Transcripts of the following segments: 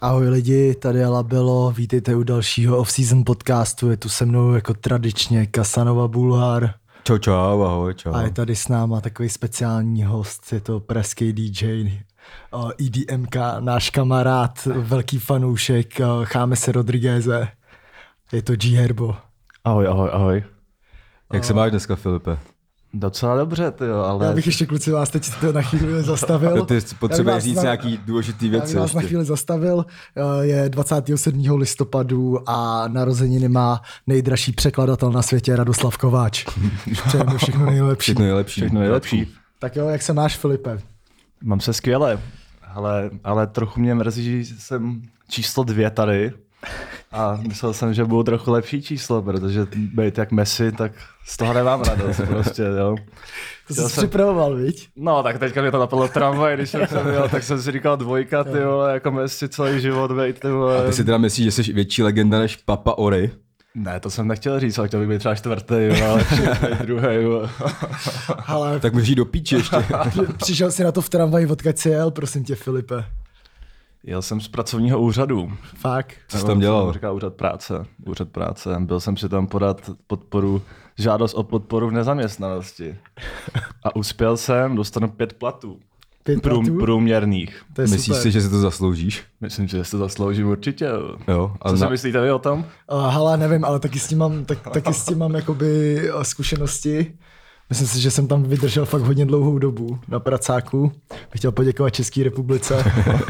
Ahoj lidi, tady je Labelo, vítejte u dalšího off-season podcastu, je tu se mnou jako tradičně Kasanova Bulhar. Čau, ahoj, čau. A je tady s náma takový speciální host, je to pražský DJ EDMK, náš kamarád, velký fanoušek Chamese Rodrigueze, je to G Herbo. Ahoj. Jak se máš dneska, Filipe? Docela dobře, tyjo, ale... Já bych ještě kluci vás teď to na chvíli zastavil. Ty potřebuješ říct nějaký důležitý věci. Já bych vás na chvíli zastavil. Je 27. listopadu a narozeniny má nejdražší překladatel na světě Radoslav Kováč. Přejeme všechno nejlepší. Všechno nejlepší. Tak jo, jak se máš, Filipe? Mám se skvěle, ale trochu mě mrzí, že jsem číslo 2 tady a myslel jsem, že budou trochu lepší číslo, protože být jak Messi, tak z toho nemám radost prostě, jo. To jsi připravoval, viď? No, tak teďka mě to napadlo v tramvaji, když jsem jel, tak jsem si říkal 2, ty vole, jako Messi celý život, vejt, ty vole. A ty si teda myslíš, že jsi větší legenda než Papa Ori? Ne, to jsem nechtěl říct, ale chtěl bych být třeba 4, ale 2. Ale... Tak můžeš jít do píči ještě. Přišel jsi na to v tramvaji, odkud jsi jel, prosím tě, Filipe? Jel jsem z pracovního úřadu. Fakt? Co jsi tam dělal? Říká úřad práce. Byl jsem si tam podat žádost o podporu v nezaměstnanosti. A uspěl jsem, dostanu 5 platů. 5 platů? Průměrných. Myslíš si, že si to zasloužíš? Myslím, že si to zasloužím určitě. Jo. Co si myslíte vy o tom? Hele, nevím, ale taky s tím mám jakoby zkušenosti. Myslím si, že jsem tam vydržel fakt hodně dlouhou dobu na pracáku. Bych chtěl poděkovat České republice.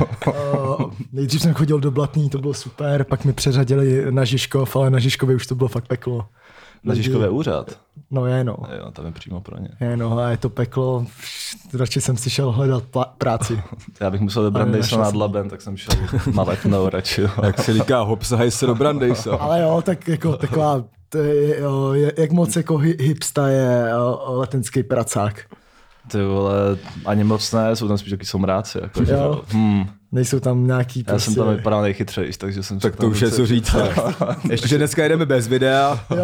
Nejdřív jsem chodil do Blatný, to bylo super, pak mi přeřadili na Žižkov, ale na Žižkově už to bylo fakt peklo. Na Žižkově úřad? No je no. Jo, tam je přímo pro ně. Je no, a je to peklo, radši jsem si šel hledat práci. Já bych musel do Brandejsa nad Labem, tak jsem šel na Letnou radši. Jak se říká, hopsahaj se do Brandejsa. Ale jo, tak jako taková, jak moc jako hipsta je letenský pracák. Ty vole, ani moc ne, jsou tam spíš taky somráci. Jako, jo. Nejsou tam nějaký prostě... Já jsem tam vypadal nejchytřejší, takže jsem... Tak to už je co říct. Ještě dneska jedeme bez videa. Jo.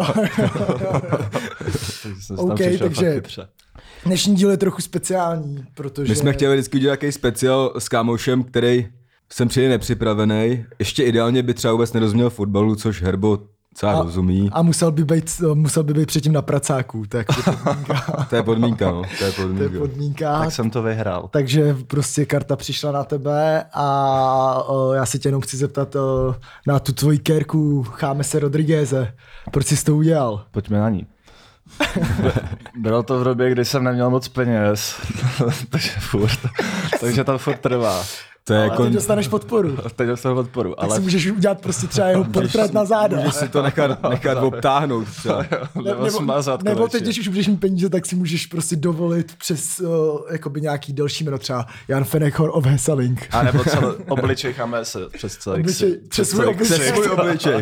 OK, takže dnešní díl je trochu speciální, protože... My jsme chtěli vždycky udělat nějaký speciál s kámošem, který jsem přijde nepřipravený. Ještě ideálně by třeba vůbec nerozuměl fotbalu, což Herbo celá rozumí. A musel by být předtím na pracáku, to je podmínka. To je podmínka. Tak jsem to vyhrál. Takže prostě karta přišla na tebe a já se tě jenom chci zeptat na tu tvoji kérku Chamese Rodrigueze. Proč jsi to udělal? Pojďme na ní. Bylo to v době, kdy jsem neměl moc peněz, takže to furt trvá. Ale teď dostaneš podporu. Tak si můžeš udělat prostě třeba jeho portrét na záda. Můžeš si to nechat obtáhnout třeba. Nebo teď, když už budeš mít peníze, tak si můžeš prostě dovolit přes jakoby nějaký delší jméno, třeba Jan Fenechor of Hesseling. A nebo celý obličej Chamese přes celý přes svůj obličej.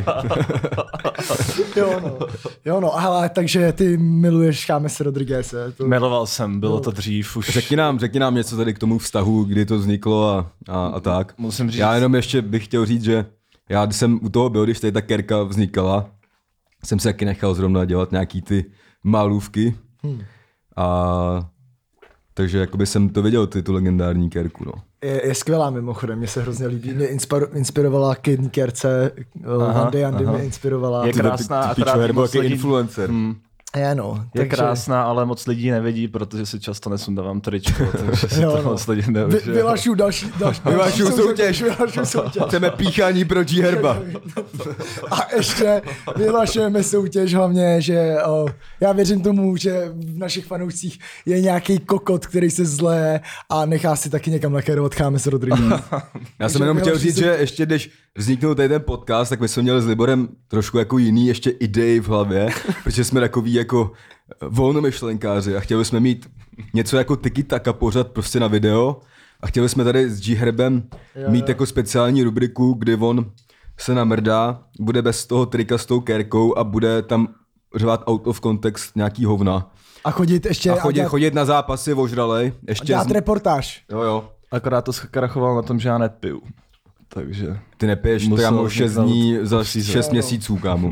Jo no, ale takže ty miluješ Chamese Rodrigueze. Miloval jsem, bylo to dřív už. Řekni nám něco tady k tomu vztahu, kdy to vzniklo a tak. Musím říct... Já jenom ještě bych chtěl říct, že já když jsem u toho byl, když tady ta kerka vznikala, jsem se taky nechal zrovna dělat nějaký ty malůvky. A takže jakoby jsem to viděl, tu legendární kerku. No. Je skvělá mimochodem, mě se hrozně líbí. Mě inspirovala k jedné kerce, Jandy mě inspirovala. Je krásná, akorát moc lidí... influencer. Je krásná, ale moc lidí nevidí, protože si často nesundávám tričko, takže si to moc lidí nevidí. Vyhlašuju další soutěž. Chceme píchání pro G Herba. A ještě vyhlašujeme soutěž hlavně, že já věřím tomu, že v našich fanoušcích je nějaký kokot, který se zlé a nechá si taky někam nakérovat Chamese Rodriguez. Já jsem jenom chtěl říct, že ještě když vzniknul tady ten podcast, tak my jsme měli s Liborem trošku jako jiný ještě idei v hlavě, protože jsme takový jako volnomyšlenkáři a chtěli jsme mít něco jako tiki-taka pořad prostě na video a chtěli jsme tady s G Herbem mít jako speciální rubriku, kdy on se namrdá, bude bez toho trika s tou kérkou a bude tam řvát out of context nějaký hovna. A chodit na zápasy ožralej. Ještě dělat reportáž. Jo. Akorát to zkrachoval na tom, že já nepiju. Takže... Ty nepiješ, to já mám 6 dní za 6 měsíců, kámo.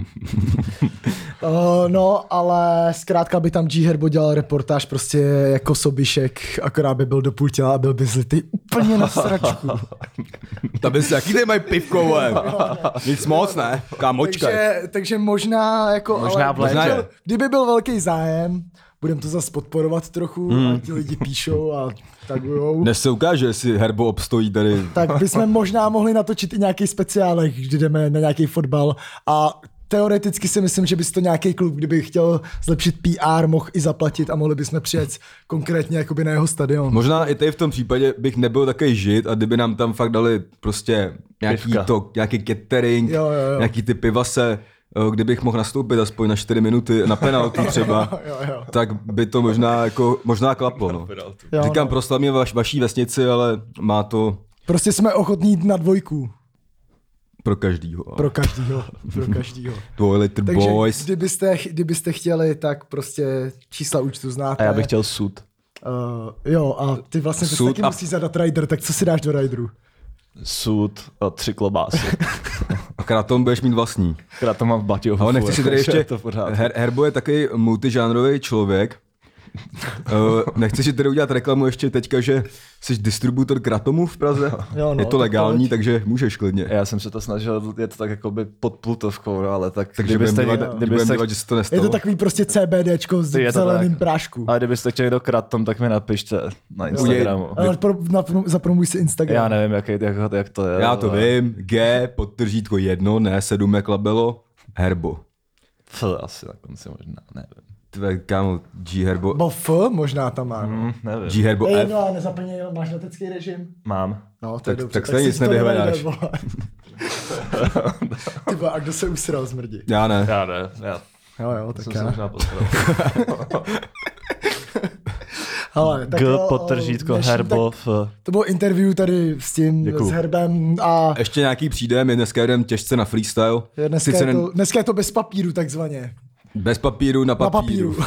No, ale zkrátka by tam G Herbo dělal reportáž prostě jako Sobišek, akorát by byl do půl těla a byl by zlitý úplně na sračku. Tam bys jaký tady mají pivko, vole. Nic moc, ne? Kámočka. Takže možná jako... Možná ale v létě. kdyby byl velký zájem, budeme to zase podporovat trochu a ti lidi píšou a tagujou. Dnes se ukáže, jestli Herbo obstojí tady. Tak bychom možná mohli natočit i nějaký speciálek, kdy jdeme na nějaký fotbal a teoreticky si myslím, že by si to nějaký klub, kdyby chtěl zlepšit PR, mohl i zaplatit a mohli bychom přijet konkrétně jakoby na jeho stadion. Možná i tady v tom případě bych nebyl takový žid a kdyby nám tam fakt dali prostě nějaký catering, Jo. nějaký ty pivase, kdybych mohl nastoupit aspoň na 4 minuty na penaltu třeba, Jo. tak by to možná klaplo. No. Jo, Říkám, no. proslavně vaší vesnici, ale má to Prostě jsme ochotní jít na dvojku. pro každýho. Pro každýho. Little Takže boys. kdybyste chtěli, tak prostě čísla účtu znáte. A já bych chtěl sud. Jo, a ty vlastně Sud taky a- musíš zadat rider, tak co si dáš do rideru? Sud a 3 klobásy. Akorát tom budeš mít vlastní. Akorát to mám v baťohu. Ale nechci si tady ještě... To pořád. Herbo je takový multižánrový člověk. Nechci si tady udělat reklamu ještě teďka, že jsi distributor Kratomu v Praze. Jo, no, je to tak legální, pojď. takže můžeš klidně. Já jsem se to snažil, je to tak jakoby pod plutovkou, no, ale tak Takže budeme dívat, že se to Je nestalo. to takový prostě CBDčko s Je to zeleným tak. prášku. Ale kdybyste chtěli do Kratom, tak mi napište na Instagramu. Ale zapromuj si Instagram. Já nevím, jak to je. Já to ale- vím. G_1, ne 7 jak labelo. Herbo. Asi na konci možná, nevím. Tvé kámo, G Herbo. Bo F možná tam má. No. Nevím. G Herbo F. No a nezaplněj, máš letecký režim? Mám. No, to je Tak- dobře. tak stejně si nic to nevyhledáš. nevejde, vole. Ty vole, a kdo se usral zmrdí? Já ne. Já ne, já Jo, tak jsem se já. možná postaral. Hele, tak G jo, podtržítko dnešní- Herbo tak v... To bylo interview tady s tím, Děkuju. s Herbem a Ještě nějaký přijde, my dneska jdeme těžce na freestyle. dneska je to bez papíru takzvaně. Bez papíru na Na papíru. papíru.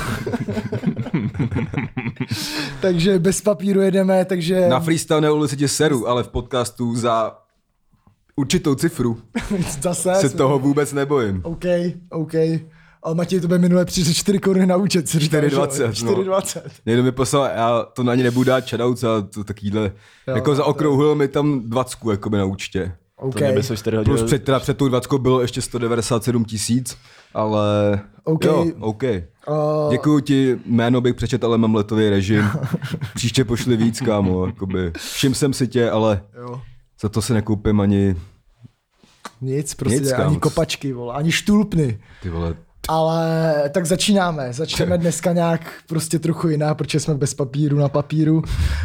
Takže bez papíru jedeme, takže Na freestyle na ulici tě seru, ale v podcastu za určitou cifru zase se jsme- toho vůbec nebojím. OK. Ale Matěj, to by minule přišlo 4 koruny na účet. 4,20, 4,20. Někdo mi poslal, já to na ně nebudu dát shoutouts a to takovýhle, jako zaokrouhlil mi tam 20 jakoby na účtě. OK. To mě by se 4 hodiny... Plus před tou 20 bylo ještě 197 000, ale OK. jo, OK. Děkuju ti, jméno bych přečet, ale mám letový režim. Příště pošli víc, kámo, jakoby. Všim jsem si tě, ale Jo. za to si nekoupím ani, Nic, prostě Nic, ani kámo. kopačky, vole, ani štulpny. ty vole, Ale tak začínáme. Začneme dneska nějak prostě trochu jinak, protože jsme bez papíru na papíru.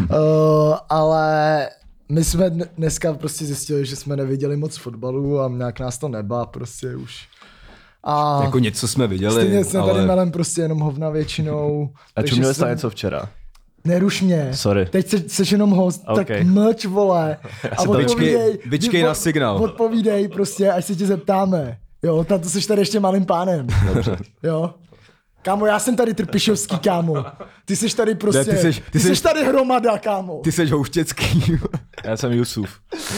Ale my jsme dneska prostě zjistili, že jsme neviděli moc fotbalu a nějak nás to nebá prostě už. A jako něco jsme viděli, stejně jsme tady ale melem prostě jenom hovna většinou. A takže čuměli jste jsem- něco včera? Neruš mě. Sorry. Teď jsi jenom host, tak Okay. mlč, vole. A si to vyčkej na signál. Odpovídej prostě, až se tě zeptáme. Jo, na to jsi tady ještě malým pánem. Dobře. Jo. Kámo, já jsem tady Trpišovský, kámo. Ty jsi tady prostě, Ne, ty jsi tady hromada, kámo. ty seš houštěcký. Já jsem Jusuf.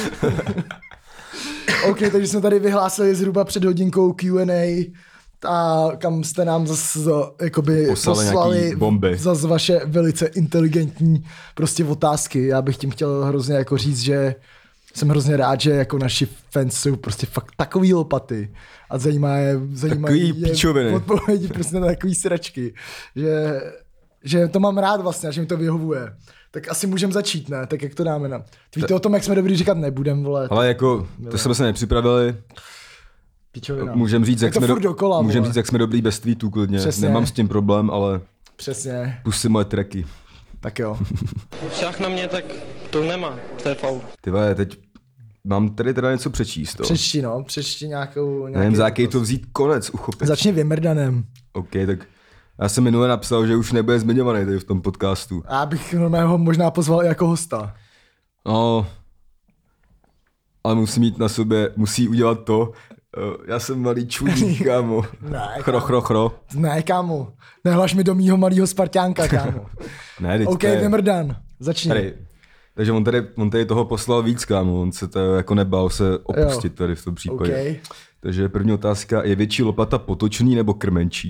OK, takže jsme tady vyhlásili zhruba před hodinkou Q&A, a kam jste nám zase jakoby Poslali nějaký bomby. zase vaše velice inteligentní prostě otázky. Já bych tím chtěl hrozně jako říct, že jsem hrozně rád, že jako naši fans jsou prostě fakt takový lopaty a zajímají Takový píčoviny. odpovědi prostě na takový sračky, že to mám rád vlastně a že mi to vyhovuje. Tak asi můžeme začít, ne? Tak jak to dáme na... Tweety o tom, jak jsme dobrý, říkat nebudem, vole. Ale jako, to jsme se nepřipravili. Pičovina. Můžem říct, Je jak to jsme, furt dokola, můžem vole. říct, jak jsme dobrý bez tweetů klidně. Přesně. Nemám s tím problém, ale Přesně. pust si moje tracky. Tak jo. Šach na mě, tak to nemá, to je faul. Ty vole, teď mám tady teda něco přečíst. Přečti nějakou... Nevím, za jaký to vzít konec uchopit. Začni Vymrdanem. OK, tak já jsem minule napsal, že už nebude zmiňovaný tady v tom podcastu. Já bych ho možná pozval i jako hosta. No, ale musí mít na sobě, musí udělat to. Já jsem malý čudík, kámo. Ne, Chro. Ne, kámo. Nehlaš mi do mýho malýho Sparťánka, kámo. Ne, teď OK, to je- Vymrdan. Začni. Tady. Takže on tady toho poslal víc, kámo. On se to jako nebál se opustit tady v tom případě. OK. Takže první otázka, je větší lopata potočný nebo krmenčík?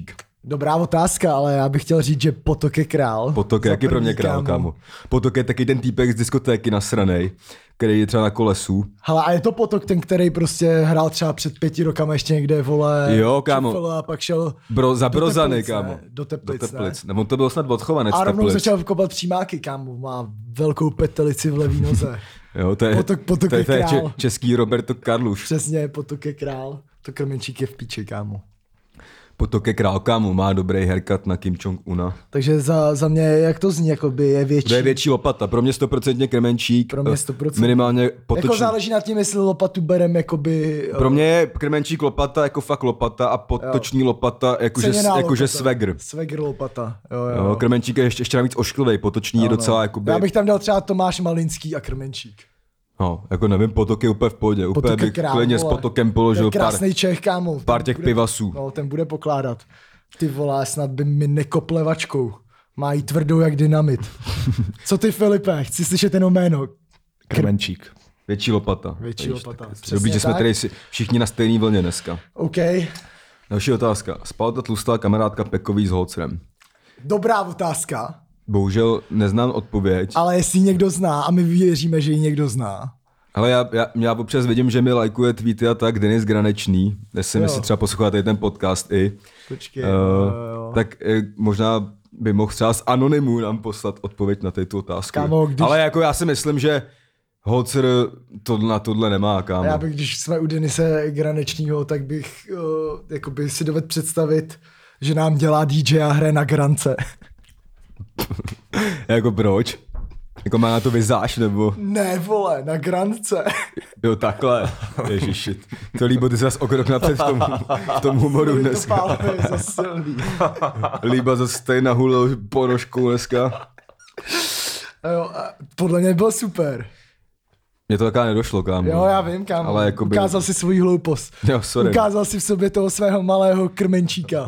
Dobrá otázka, ale já bych chtěl říct, že Potok je král. Potok je Za taky pro mě první, král, kámo. Potok je taky ten týpek z diskotéky nasranej, který je třeba na kolesu. Hele, a je to Potok ten, který prostě hrál třeba před 5 rokama ještě někde, vole, Jo, kámo. čufl a pak šel Za do Brozany, Teplic, kámo. ne? Do Teplic, ne? Nebo on to byl snad odchovanec A rovnou Teplic. začal kopat přímáky, kámo. Má velkou petelici v levý noze. Jo, to je, Potok to je je král. český Roberto Carluš. Přesně, Potok je král. To Krmenčík je v píči, kámo. Potok je král, kámo. Má dobrý haircut na Kim Jong-una. Takže za mě, jak to zní, jakoby je větší. To je větší lopata. Pro mě 100% Krmenčík. Pro mě 100%. Minimálně Potočník. Jako záleží na tím, jestli lopatu berem jakoby... Pro mě je Krmenčík lopata jako fakt lopata a Potoční lopata jakože ceněná jakože lopata. swagger. Swagger lopata, jo. Jo, Krmenčík je ještě navíc ošklivej, Potoční je docela jakoby... Já bych tam dal třeba Tomáš Malinský a Krmenčík. No, jako nevím, Potok je úplně v pohodě. Úplně Potok je bych král, klidně s vole. Potokem To je položil pár krásnej Čech, kámo. těch Bude- pivasů. No, ten bude pokládat. Ty vole, snad by mi nekoplevačkou. Má jí tvrdou jak dynamit. Co ty, Filipe? Chci slyšet jenom jméno. Krmenčík. Větší lopata. Větší Vidíš, lopata. tak Přesně Dobrý, že jsme tak. tady všichni na stejný vlně dneska. OK. Další otázka. Spala ta tlustá kamarádka Pekový s Holcrem. Dobrá otázka. Bohužel neznám odpověď. Ale jestli ji někdo zná a my věříme, že ji někdo zná. Ale já občas vidím, že mi lajkuje tweety a tak Denis Granečný. Jestli Jo. třeba posloucháte ten podcast i. Počkej. Tak možná by mohl třeba z anonymu nám poslat odpověď na této otázku. Kámo, když- Ale jako já si myslím, že Holzer na tohle nemá, kámo. Já bych, když jsme u Denise Granečního, tak bych jakoby si dovedl představit, že nám dělá DJ a hraje na grance. Jako proč? Jako má na to vizáž, nebo? Ne, vole, na grance. Jo, takhle. Ježiši. To Líbo, ty jsi zase o krok napřed v tom humoru To dneska. pálové je zase silný. Líba zase tady nahulil ponožkou dneska. Jo, a podle mě byl super. Mně to taká nedošlo, kámo. Jo, já vím, kámo. Ale jakoby... Ukázal si svoji hloupost. Jo, sorry. Ukázal si v sobě toho svého malého krmenčíka.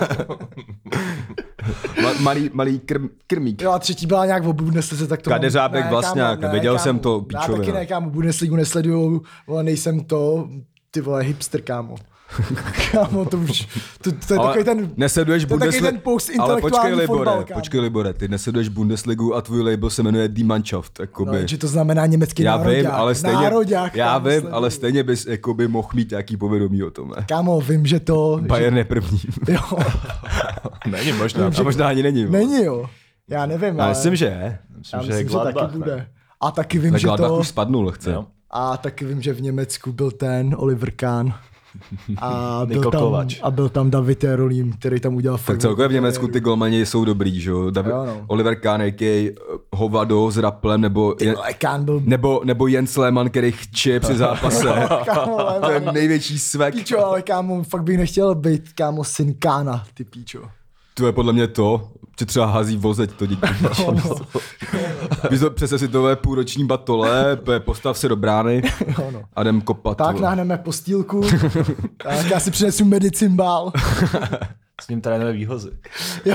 Malý krmík. Jo, a třetí byla nějak v Bundeslize, tak to... Kadeřábek Ne, Vlastňák, kámo, viděl kámo. jsem to, Já píčovina. taky ne, kámo, Bundesligu nesleduju, ale nejsem to, ty vole, hipster, kámo. Kámo, to už, to je Ale takový ten... nesleduješ to je takový ten Ale postintelektuální fotbal, kámo. počkej Libore, ty nesleduješ Bundesligu a tvůj label se jmenuje Die Mannschaft, jakoby. No, že to znamená německý Já nároďák. vím, ale stejně, Nároďák, já kámo, vím, sleduju. ale stejně bys jakoby mohl mít nějaký povědomí o tom, ne? Kámo, vím, že to... Bayern je první. Jo, Není možná. A možná ani není. vole. není jo. Já nevím, Já ale... myslím, že je. já že je myslím, že taky Gladbach, ne? bude. A taky vím, Tak že Gladbach to... už spadnul lehce. Jo. A taky vím, že v Německu byl ten Oliver Kahn. A Niko Kovač. byl tam David Jarolím, který tam udělal Tak celkově v Německu ty golmani jsou dobrý, že jo? Jo, no. Oliver Kahn, a.k.a. Hovado s Raplem, Ale Kahn byl... nebo Jens Lehmann, který chče při zápase. Kámo, To je největší svek. Píčo, ale kámo, fakt bych nechtěl být, kámo, syn Kána, ty píčo. To je podle mě to, že třeba hází vozeť to dítě. Víš to, přesně si tohle půlroční batole, postav se do brány Jo, no. a jdem kopat. Tak vole. nahneme postýlku, tak já si přinesu medicimbál. S ním trénuje výhozy. Jo,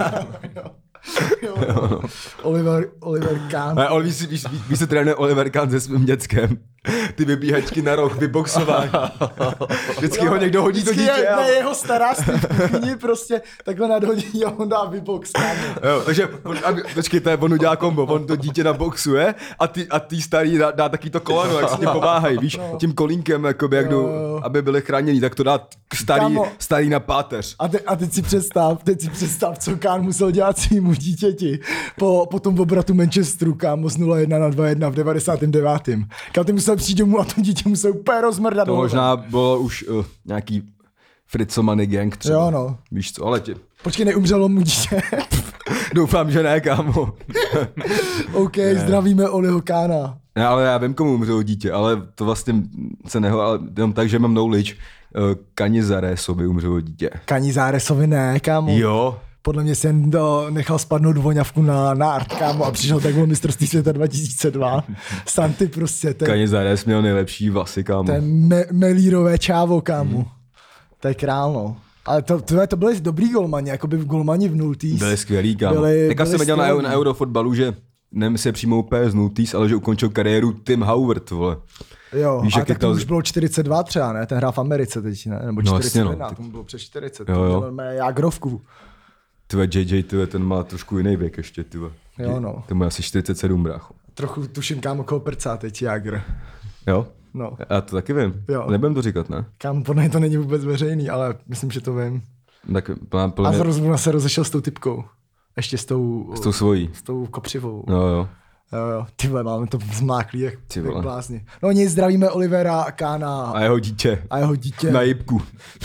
jo. Oliver Kahn. Ale víš se trénuje Oliver Kahn se svým dětskem. Ty vybíhačky na roh, vyboxování. Vždycky ho někdo hodí do Vždycky dítě. je jeho stará stojí v kuchyni prostě takhle nadhodí a on dá vybox, kámo. Jo, takže počkejte, on udělá kombo, on to dítě naboxuje a ty starý dá taky to koleno, jak si tím pomáhají, víš, tím kolínkem, jakoby, jak jdou, aby byli chráněni, tak to dá Kámo. starý na páteř. A teď si představ, co Kahn musel dělat svýmu dítěti po tom obratu Manchesteru, kámo, z 0-1 na 2-1 v 99. Kámo, ty musel přijít domů a to dítě musel úplně rozmrdat. To možná bylo už nějaký Fritzomany gang třeba. Jo, no. Víš co, ale Počkej, neumřelo mu dítě. doufám, že ne, kámo. OK, zdravíme Oliho Kahna. Ne, ale já vím, komu umřelo dítě, ale to vlastně se ale jenom tak, že mám knowledge. Kanizaresovi umřelo dítě. Kanizáresovi ne, kámo. Jo. Podle mě si jen nechal spadnout voňavku na art, kámo, a přišel takhle mistrovství světa 2002. Santy prostě, to je Kanizares měl nejlepší vlasy, kámo. melírové čávo, kámo. To je král, no. Ale to byly dobrý golmani, jakoby v golmani v nultých. Byli skvělí, kámo. Byli Teďka jsem viděl skvělí. na Eurofotbalu, že nevím, jestli je přímo úplně z Nultís, ale že ukončil kariéru Tim Howard, vole. Jo, Víš, a jak tak je to to- už bylo 42 třeba, ne? Ten hrál v Americe teď, ne? Nebo No, 41, jasně, no. tak mu bylo přes 40. Jo, To jo. bylo mé jágrovku. Tyve JJ, ten má trošku jiný věk ještě, tyve. Jo, no. Ten má asi 47, brácho. Trochu tuším, kámo, koho prcá teď Jágr. Jo? No, Já to taky vím. Jo. Nebudem to říkat, ne? kámo, podle mě to není vůbec veřejný, ale myslím, že to vím. Tak podle A mě zrovna se rozešel s tou typkou. Ještě s tou svojí. s tou kopřivou. No jo. Jo, ty vole, máme to zmáklý jak Ty vole. blázni. No nic, zdravíme Olivera, Kána A jeho dítě. a jeho dítě. Na jibku.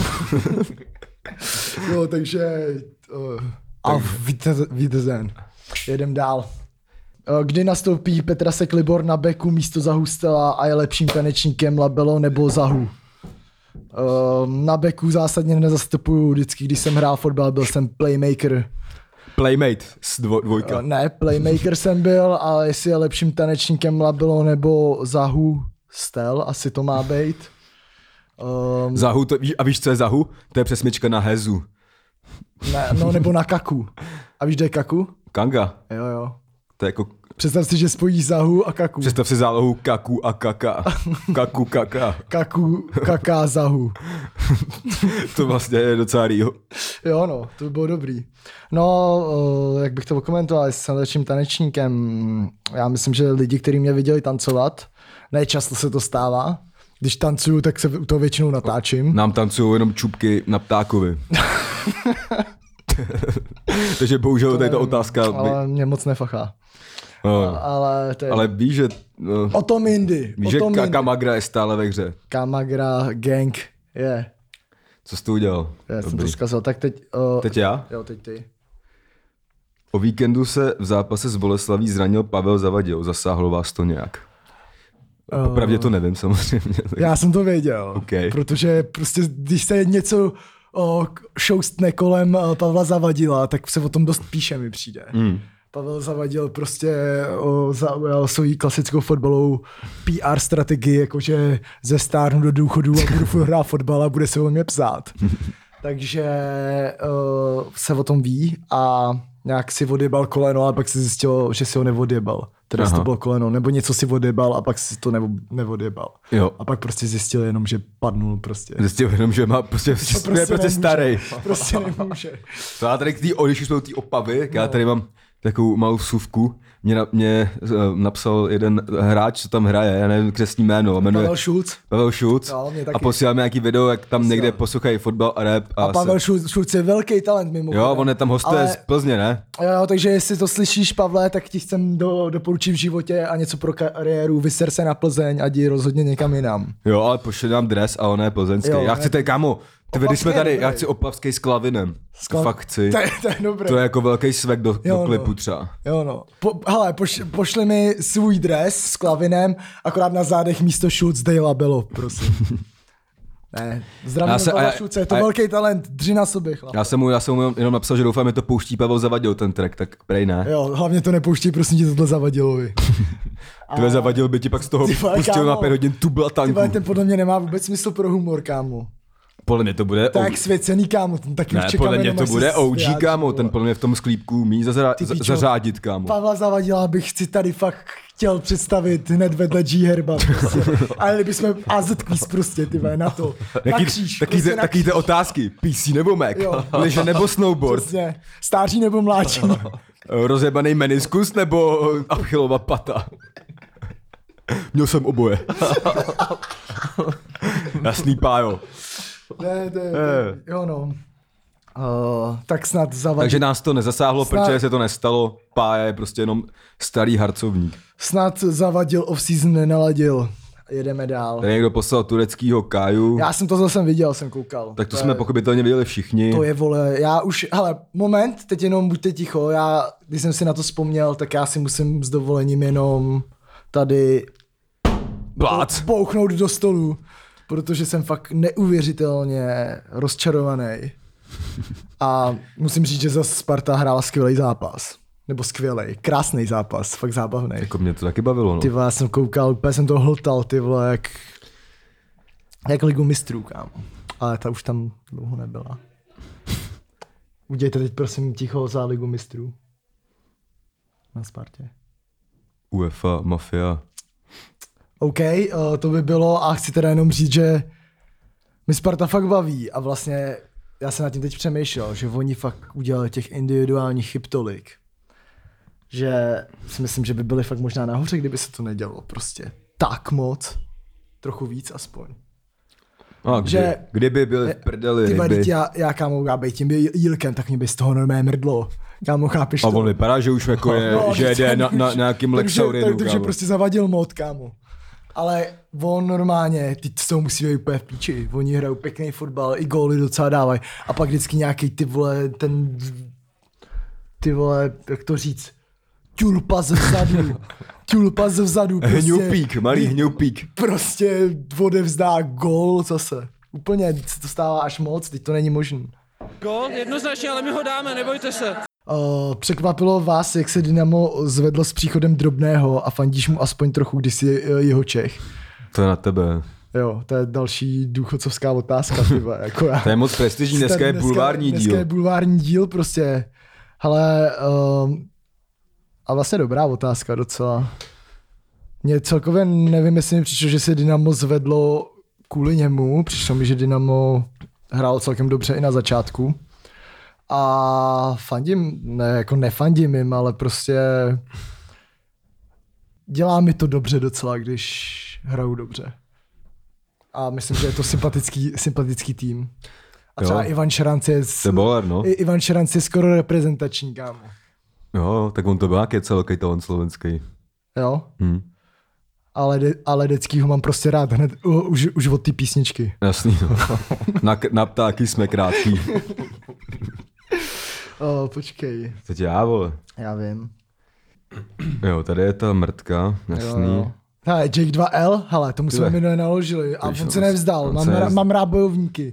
No, takže auf Wiedersehen. Jedem dál. Kdy nastoupí Petrasek Libor na beku místo Zahustela a je lepším tanečníkem Labelo nebo Zahu? Na beku zásadně nezastupuju vždycky, když jsem hrál fotbal, byl jsem playmaker. Playmate z dvojka. Ne, playmaker jsem byl, ale jestli je lepším tanečníkem Labelo nebo Zahu Stel, asi to má být. Zahu, a víš, co je Zahu? To je přesmička na Hezu. Ne, no nebo na Kaku. A víš, kde je Kaku? Kanga. Jo. To je jako, Představ si, že spojíš Zahu a Kaku. představ si zálohu Kaku a Kaka. Kaku, Kaka. Kaku, Kaká, Zahu. To vlastně je docela real. Jo, no, to by bylo dobrý. No, jak bych to okomentoval, jestli jsem lepším tanečníkem. Já myslím, že lidi, kteří mě viděli tancovat, ne často se to stává. Když tancuju, tak se to většinou natáčím. Nám tancují jenom čupky na ptákovi. Takže bohužel tady ta otázka. Ale mě moc nefachá. Ale to je... Ale víš, že, O tom jindy. víš, že Kamagra je stále ve hře. Kamagra, gang, je. Co jsi to udělal? Já jsem to Dobrý. zkazil, tak teď... Teď já? Jo, teď ty. O víkendu se v zápase s Boleslaví zranil Pavel Zavadil. Zasáhlo vás to nějak? Popravdě to nevím samozřejmě. Já jsem to věděl, Okay. protože prostě když se něco šoustne kolem Pavla Zavadila, tak se o tom dost píše, mi přijde. Pavel Zavadil prostě zaujal svoji klasickou fotbalovou PR strategii, jakože ze stárnu do důchodu a budu furt hrát fotbal a bude se o mě psát. Takže se o tom ví a nějak si odjebal koleno a pak se zjistilo, že si ho neodjebal. Teda to bylo koleno, nebo něco si odjebal a pak si to neodjebal. Jo. A pak prostě zjistil jenom, že padnul prostě. Zjistil jenom, že má prostě, je prostě nemůže. starý. Prostě nemůže. To já tady když už jsou ty Opavy, já tady mám takovou malou vsuvku. Mě napsal jeden hráč, co tam hraje, já nevím křestní jméno. Pavel Šulc. Pavel Šulc. Jo, mě taky. A posílá mi nějaký video, jak tam někde poslouchají fotbal a rap. A Pavel Šulc je velký talent mimo. Jo, on je tam hostuje z Plzně, ne? Jo, takže jestli to slyšíš, Pavle, tak ti chcem doporučit v životě a něco pro kariéru, vyser se na Plzeň a jdi rozhodně někam jinam. Jo, ale pošli nám dres a on je plzeňský. Jo, Já chci tady, kámo, když jsme tady, já chci opavský s Klavinem. Fakt chci. To je dobré. To je jako velký svek do Jo, klipu no. třeba. Jo no. Hele, pošli mi svůj dres s Klavinem, akorát na zádech místo Schultz dej labelo, prosím. Ne, zdravím Pavla Šulce, je to velký talent, dři na sobě, chlap. Já jsem mu jenom napsal, že doufám, že to pouští Pavel Zavadil ten track, tak prej ne. Jo, hlavně to nepouští, prosím tě, tohle Zavadilovi. Tebe Zavadil by ti pak z toho Ty vole, pustil kámo. na 5 hodin tu Ty blatanku. vole, ten podle mě nemá vůbec smysl pro humor, kámo. Podle mě to bude Tak svěcený, kámo, ten taky Ne, už čekám podle mě jenom, to až bude se OG, vyjádří, kámo, vole. ten podle mě v tom sklípku umí Ty pičo. zařádit, kámo. Pavla Zavadila bych si tady fakt chtěl představit hned vedle G Herba prostě. Ale kdybychom AZ quiz prostě, ty vole, na to. Na kříž, prostě na Taky ty kříž. otázky. PC nebo Mac, Jo. lyže nebo snowboard, Přesně. Stáří nebo mláčí. rozjebaný meniskus nebo Achillova pata. Měl jsem oboje. Jasný pájo. Ne, jo no. Tak snad Zavadil. Takže nás to nezasáhlo, Snad- protože se to nestalo. Pája je prostě jenom starý harcovník. Snad Zavadil off-season nenaladil. Jedeme dál. Tady někdo poslal tureckýho Káju, Já jsem to zase viděl, jsem koukal. tak to jsme pochopitelně viděli všichni. To je, vole, já už, hele, moment, teď jenom buďte ticho, když jsem si na to vzpomněl, tak já si musím s dovolením jenom tady Plác. bouchnout do stolu, protože jsem fakt neuvěřitelně rozčarovaný. A musím říct, že zase Sparta hrála skvělý zápas. Nebo skvělej, krásný zápas, fakt zábavný. Jako mě to taky bavilo, no. Ty vole, já jsem koukal, úplně jsem to hltal, ty vole, jak Ligu mistrů, kámo. Ale ta už tam dlouho nebyla. Udějte teď prosím ticho za Ligu mistrů. Na Spartě. UEFA, mafia. OK, to by bylo a chci teda jenom říct, že mi Sparta fakt baví a vlastně já jsem nad tím teď přemýšlel, že oni fakt udělali těch individuálních chyb tolik, že si myslím, že by byli fakt možná nahoře, kdyby se to nedělo prostě tak moc, trochu víc aspoň. A Že- kdyby byli v prdeli Ty ryby. já kámo, já bejt tím Jílkem, tak mě by z toho normálně mrdlo. Kámo, chápeš A to? on vypadá, že už jako je, No, že jede na nějakým Lexaurinu, takže kámo. prostě zavadil mod, kámo. Ale on normálně, ty z toho musí být úplně v píči. Oni hrajou pěkný fotbal, i góly docela dávají. A pak vždycky nějaký ty vole, jak to říct, tulpa ze vzadu. Prostě, Hňupík, malý hňupík. prostě odevzdá gól zase. Úplně se to stává až moc, teď to není možné. Gól, jednoznačně, ale my ho dáme, nebojte se. Překvapilo vás, jak se Dynamo zvedlo s příchodem Drobného a fandíš mu aspoň trochu, když jsi jeho Čech? To je na tebe. Jo, to je další důchodcovská otázka, tyba, jako já. To je moc prestižní, dneska je bulvární Dneska je díl. bulvární díl prostě. Hele, a vlastně dobrá otázka docela. Mně celkově nevím, jestli mi přišlo, že se Dynamo zvedlo kvůli němu. Přišlo mi, že Dynamo hrál celkem dobře i na začátku. A fandím, ne, jako nefandím jim, ale prostě dělá mi to dobře docela, když hrajou dobře. A myslím, že je to sympatický tým. A třeba Jo. Ivan Šeranc je, To je boler, no. Ivan Šeranc je skoro reprezentační, kámo. Jo, tak on to byl nějaký celokej talent slovenský. Jo? Hm. Ale Deckýho mám prostě rád hned už od ty písničky. Jasný, no. Na ptáky jsme krátký. Počkej, Co tě já, vole? já vím. Jo, tady je ta mrtka, jasný. Jo. Hele, Jake 2L, hele, tomu jsme Tyhle. minule naložili a Když on on- se nevzdal, on se nevzdal. mám rád bojovníky,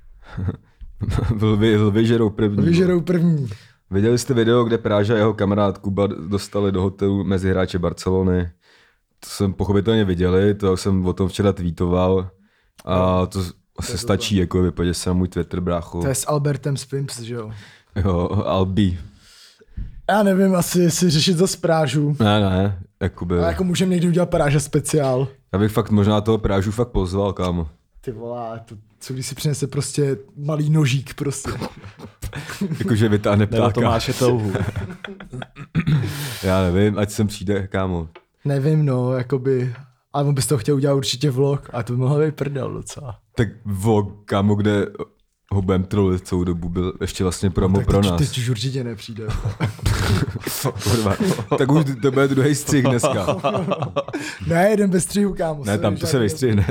Lvy žerou první. vyžerou první. Viděli jste video, kde Práža a jeho kamarád Kuba dostali do hotelu mezi hráče Barcelony? To jsem pochopitelně viděli, to jsem o tom včera tweetoval. A to asi stačí, jako vypadě se na můj Twitter, brácho. To je s Albertem Spimps, že jo? Jo, Albi. Já nevím, asi si řešit za Prážu. Ne, jakoby. A jako můžeme někdy udělat Práža speciál. Já bych fakt možná toho Prážu fakt pozval, kámo. Ty vole, to, co když si přinese prostě malý nožík prostě. Jakože vytáhne Nebo ptáka. Tomáše Touhu. Já nevím, ať sem přijde, kámo. Nevím, no, jakoby... Ale on by z toho chtěl udělat určitě vlog a to by mohlo být prdel docela. Tak kámo, kde ho budem trolit celou dobu, byl ještě vlastně promo Tak pro nás. teď už určitě nepřijde. Kurva. Tak už to bude druhý střih dneska. Ne, jeden bez střihu, kámo. Ne, tam to se vystřihne.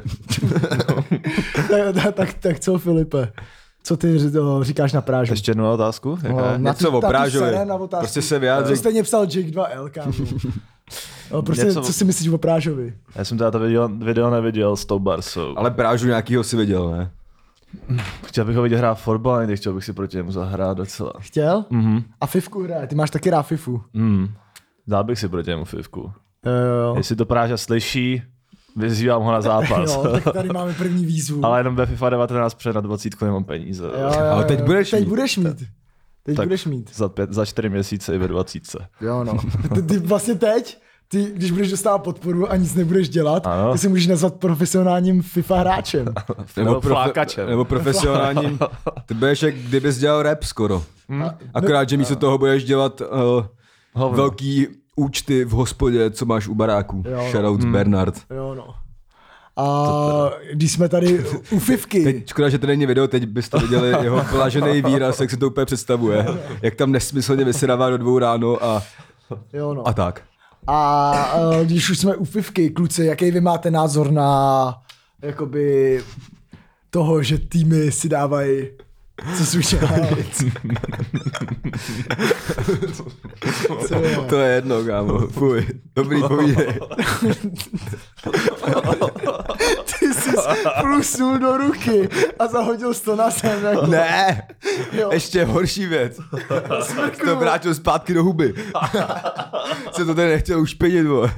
tak co, Filipe? Co ty říkáš na Prážu? Ještě jednu otázku? Jaká je? Něco o Prážovi. Prostě se vyjádři. To stejně psal Jake 2L, kámo. No, prostě, Něco- co si myslíš o Prážovi? Já jsem teda to video neviděl s tou Barsou. Ale Prážu nějakýho si viděl, ne? Chtěl bych ho vidět hrát fotbal, někdy chtěl bych si proti němu zahrát docela. Chtěl? A Fifku hraje, ty máš taky rád Fifu. Dal bych si proti němu fivku. Jo. Jestli to Práža slyší, vyzývám ho na zápas. Jo, tak tady máme první výzvu. Ale jenom ve FIFA 19 před na 20 nemám peníze. Jo, Ale teď budeš teď mít. budeš mít. Teď Tak budeš mít. Za 4 měsíce i ve 20. Jo, no. Ty vlastně teď, když budeš dostávat podporu a nic nebudeš dělat, Ano. ty si můžeš nazvat profesionálním FIFA hráčem. Nebo flákačem. Nebo profesionálním. Ty budeš jak kdybys dělal rap skoro. Akorát, že místo toho budeš dělat Hovno. velký účty v hospodě, co máš u baráku. Jo. Shoutout Bernard. Jo, no. A když jsme tady u Fifky, Teď, škoda, že to není video, teď byste viděli jeho blažený výraz, jak se to úplně představuje. Jak tam nesmyslně vysirává do 2 ráno jo, no. a tak. A když už jsme u Fifky, kluci, jaký vy máte názor na jakoby toho, že týmy si dávají co slušená. To je jedno, kámo. Fuj. Dobrý, povídej. Ty jsi plusnul do ruky a zahodil to na zem. Jako. Ne, Jo. ještě horší věc. To vrátil zpátky do huby. Se to tady nechtěl ušpinit, vole.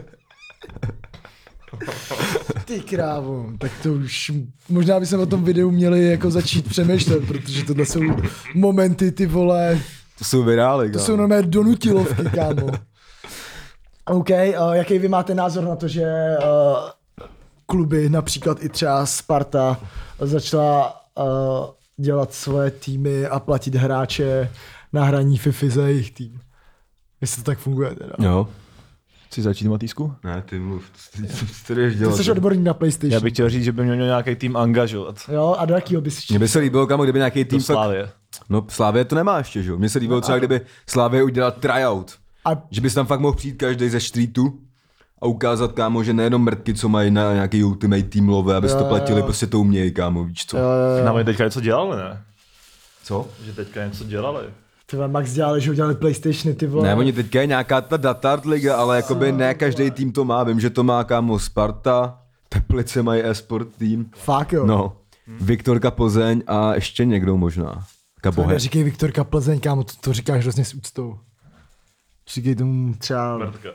Ty krávo, tak to už, možná bychom o tom videu měli jako začít přemýšlet, protože tohle jsou momenty, ty vole, To jsou virály, to kámo. jsou normálně donutilovky, kámo. OK, jaký vy máte názor na to, že kluby, například i třeba Sparta, začala dělat svoje týmy a platit hráče na hraní FIFA za jejich tým? Jestli to tak funguje teda. Jo. Chci začít, Matýsku? Ne, ty mluv, ty jdeš Ty dělat. jsi odborník na PlayStation. Já bych chtěl říct, že by mě měl nějaký tým angažovat. Jo, a do jakýho bys Mně by se líbilo, kámo, kdyby nějaký Do tým fakt... Slávie. No Slávě to nemá ještě, že jo? Mně se líbilo třeba, kdyby Slávě udělal tryout. A Že bys tam fakt mohl přijít každý ze streetu a ukázat, kámo, že nejenom mrtky, co mají na nějaký ultimate team love, aby to platili, prostě to umějí, kámo, víš co? Na mě teďka něco dělali, ne? Co? Že teďka něco dělali. ty vole, Max dělali, že udělali PlayStationy, ty vole. Ne, oni teďka je nějaká ta datart liga, ale jakoby ne každý tým to má. Vím, že to má, kámo, Sparta, Teplice mají e-sport tým. Fakt jo. No, Viktorka Plzeň a ještě někdo možná. Kabohe. Neříkej Viktorka Plzeň, kámo, to říkáš hrozně s úctou. Říkej tomu třeba... Mrtka.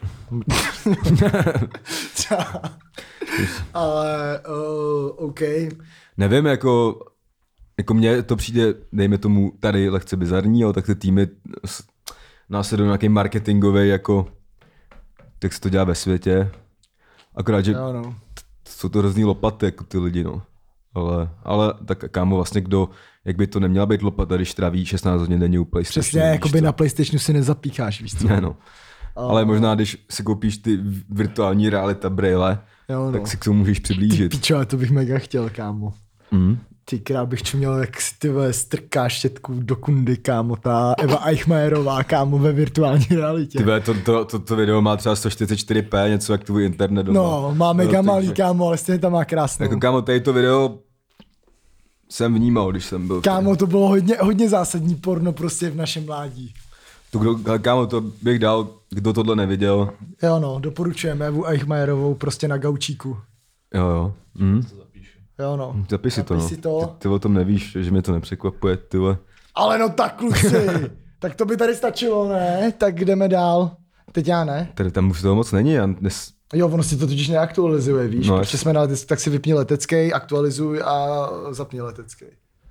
třeba... Ale, OK. Nevím, jako mně to přijde, dejme tomu, tady lehce bizarní, ale tak ty týmy následují nějaký marketingový, jako, tak se to dělá ve světě. Akorát, že Jo, no. jsou to hrozný lopaty, jako ty lidi, no. Ale tak kámo, vlastně kdo, jak by to neměla být lopata, když tráví 16 hodin denně u PlayStationu. Přesně, víš jakoby co? na PlayStationu si nezapícháš, víš co? Ne, no. Ale možná, když si koupíš ty virtuální realita braille, Jo, no. tak si k tomu můžeš Ty přiblížit. pičo, ale to bych mega chtěl, kámo. Mm. Ty krát bych čuměl, jak si ty vole strká štětku do kundy, kámo, ta Eva Eichmeyerová, kámo, ve virtuální realitě. Ty vole, to video má třeba 144p, něco jak tvůj internet doma. No, má mega malý, takže- kámo, ale stejně tam má krásnou. Jako kámo, tady to video jsem vnímal, když jsem byl. Kámo, to bylo hodně zásadní porno prostě v našem mládí. Kámo, to bych dal, kdo tohle neviděl. Jo no, doporučujeme Evu Eichmeyerovou prostě na gaučíku. Jo. Jo no. Zapiš si to, no. Zapiš si to. Ty o tom nevíš, že mě to nepřekvapuje, ty vole. Ale no tak kluci, tak to by tady stačilo, ne? Tak jdeme dál. Teď já ne. Tady tam už toho moc není, já dnes... Jo, ono si to totiž neaktualizuje, víš? No, Protože jsme na letecký, tak si vypni letecký, aktualizuj a zapni letecký.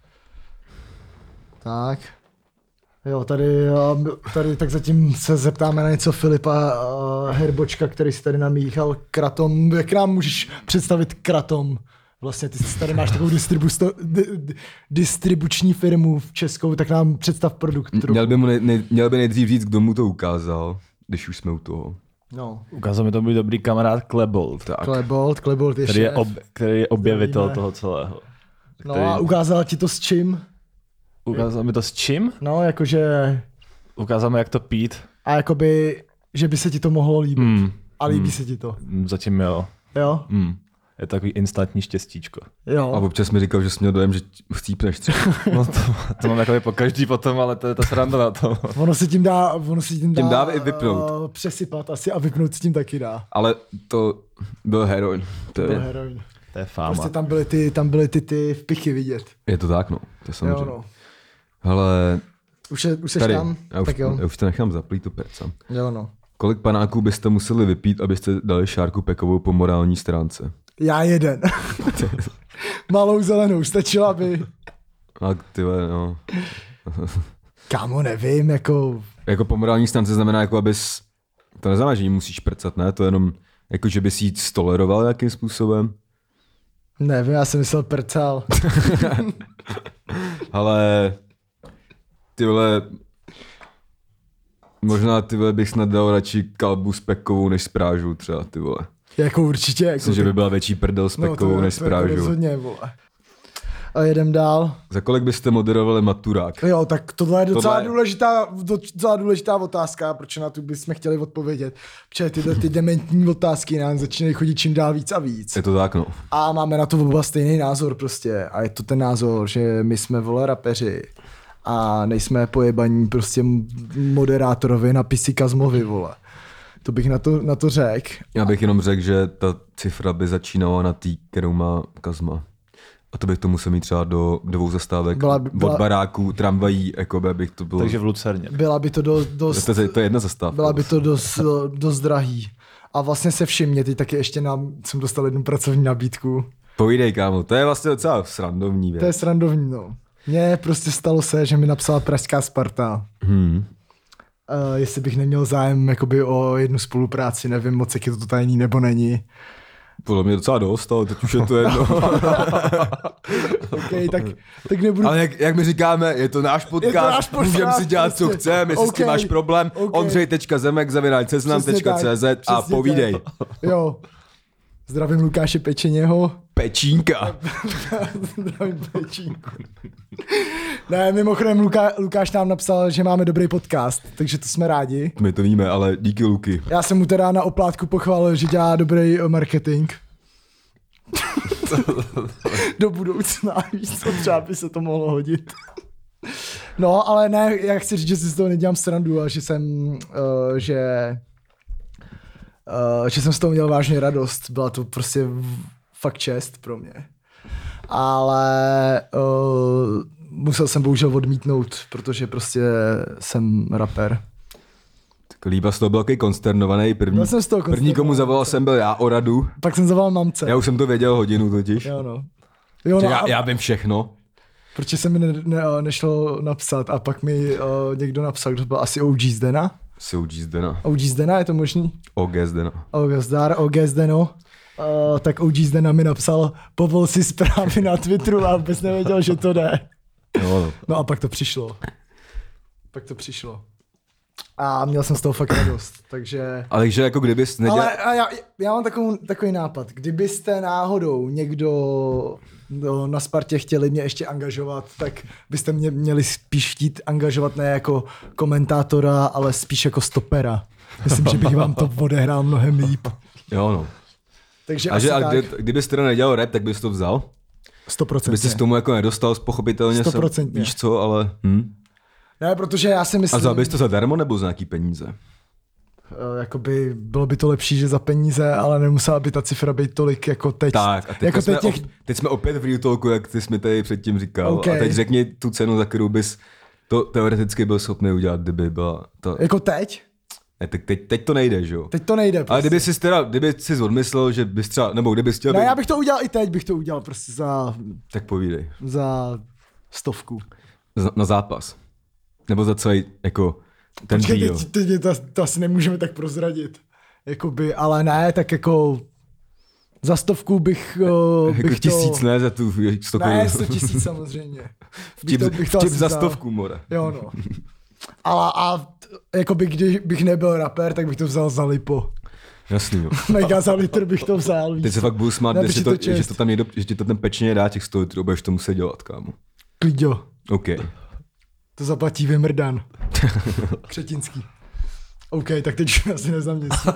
Tak. Jo, tady tak zatím se zeptáme na něco Filipa Herbočka, který si tady namíchal kratom. Jak nám můžeš představit kratom? Vlastně ty tady máš takovou distribuční firmu v Českou, tak nám představ produkt. Měl by nejdřív říct, kdo mu to ukázal, když už jsme u toho. No, Ukázal mi to můj dobrý kamarád Klebold, Tak. Klebold je šéf. který je objevitel Zdravíme. toho celého. No a ukázal ti to s čím? Ukázal mi to s čím? No, jakože... Ukázal mi, jak to pít. A jakoby, že by se ti to mohlo líbit. A líbí se ti to. Zatím jo. Jo? Je to takový instantní štěstíčko. A Jo. občas mi říkal, že jsi měl dojem, že chcípneš třeba. No to mám takový po každý potom, ale to je ta sranda na to. Ono se tím dá, Tím dá i vypnout. Přesypat asi a vypnout s tím taky dá. Ale to byl heroin. To To je je, heroin. To je fáma. Prostě tam byly ty vpichy vidět. je to tak, no. To je samozřejmě. Jo, no. Hele, Už seš tady, tam? Tak jo. já už to nechám zaplít, to percam. Jo, no. Kolik panáků byste museli vypít, abyste dali Šárku Pekovou po morální stránce? Já jeden. Malou zelenou, stačila by. A ty vole, no. Kámo, nevím, jako... Jako po morální stránce znamená, jako abys... To neznamená, že jí musíš prcat, ne? To je jenom, jako že bys jí stoleroval nějakým způsobem. Nevím, já jsem myslel percal. Ale... Ty vole... Možná ty vole bych snad dal radši kalbu s Pekovou než s prážou třeba, ty vole. Jako určitě. Jako Myslím, že by byla větší prdel s Pekovou než s to jako prážou. rozhodně, vole. A jedem dál. Za kolik byste moderovali maturák? Jo, tak tohle je docela Tohle- důležitá otázka, proč na tu bychom chtěli odpovědět. Protože tyhle ty dementní otázky nám začínají chodit čím dál víc a víc. Je to tak, no. A máme na to oba stejný názor prostě. A je to ten názor, že my jsme, vole, rapeři. A nejsme pojebaní prostě moderátorovi na pisy Kazmovi, vole. To bych na to řekl. Já bych jenom řekl, že ta cifra by začínala na té, kterou má Kazma. A to bych to musel mít třeba do 2 zastávek od baráků, tramvají, jako bych to bylo... Takže v Lucerně. Byla by to dost... To je jedna zastávka. Byla by to dost drahý. A vlastně se všimně, teď taky ještě jsem dostal jednu pracovní nabídku. Povídej, kámo, to je vlastně docela srandovní věc. To je srandovní, no. Mně prostě stalo se, že mi napsala pražská Sparta. jestli bych neměl zájem jakoby o jednu spolupráci, nevím moc, jak je to tajný nebo není. Podle mě docela dost, ale teď už je to jedno. OK, tak nebudu... Ale jak my říkáme, je to náš podcast, můžeme si dělat, co chceme, jestli s tím máš problém, ondřej.zemek@seznam.cz a povídej. Jo. Zdravím Lukáše Pečeněho. Pečínka. Zdravím Pečínku. Ne, mimochodem Lukáš nám napsal, že máme dobrý podcast, takže to jsme rádi. My to víme, ale díky Luky. Já jsem mu teda na oplátku pochválil, že dělá dobrý marketing. Do budoucna, víš co, třeba by se to mohlo hodit. No, ale ne, já chci říct, že si z toho nedělám srandu a že jsem z toho měl vážně radost. Byla to prostě fakt čest pro mě. Ale musel jsem bohužel odmítnout, protože prostě jsem rapper. Tak Líba z toho byl takový konsternovaný. První, komu zavolal jsem, byl já o radu. Pak jsem zavolal mamce. Já už jsem to věděl hodinu totiž. Jo no. Jo, no já vím všechno. Protože se mi nešlo napsat a pak mi někdo napsal, kdo byl asi OG Zdena. OG Zdena, je to možný? OG Zdena. OG Zdeno. Tak OG Zdena mi napsal, povol si zprávy na Twitteru a vůbec nevěděl, že to jde. No a pak to přišlo. A měl jsem z toho fakt radost, takže... Ale takže jako kdybys nedělal... Ale já mám takový nápad. Kdybyste náhodou někdo na Spartě chtěli mě ještě angažovat, tak byste mě měli spíš chtít angažovat ne jako komentátora, ale spíš jako stopera. Myslím, že bych vám to odehrál mnohem líp. Jo no. Takže kdybys teda nedělal rap, tak bys to vzal? 100%. Bys s tomu jako nedostal, pochopitelně 100%. Víš co, ale... Ne, protože já si myslím... A vzal bys to zadarmo nebo za nějaký peníze? Jakoby bylo by to lepší, že za peníze, ale nemusela by ta cifra být tolik jako teď. Tak a teď jsme opět v Real Talku, jak ty jsi mi tady předtím říkal. Okay. A teď řekni tu cenu, za kterou bys to teoreticky byl schopný udělat, kdyby byla to... Jako teď? Ne, tak teď to nejde, že jo? Teď to nejde prostě. Ale kdyby jsi odmyslel, že bys třeba, nebo kdybys chtěl... Ne, já bych to udělal i teď, bych to udělal prostě za... Tak povídej. Za 100. Na zápas. Nebo za celý, jako... Ten díl. Teď to asi nemůžeme tak prozradit. Jakoby, ale ne, tak jako za 100 bych jako 1000, ne, za tu 100 korun. Ne, 100 000 samozřejmě. Vtip za 100, more. Jo no. A jakoby, kdybych nebyl rapper, tak bych to vzal za lipo. Jasný, jo. Mega za litr bych to vzal. Teď se fakt budu smát, že ti to ten Pečeně dá těch 100 litrů, budeš to muset dělat, kámo. Kliďo. OK. To zaplatí Vymrdan. Křetinský. OK, tak teď už asi nezaměstnají.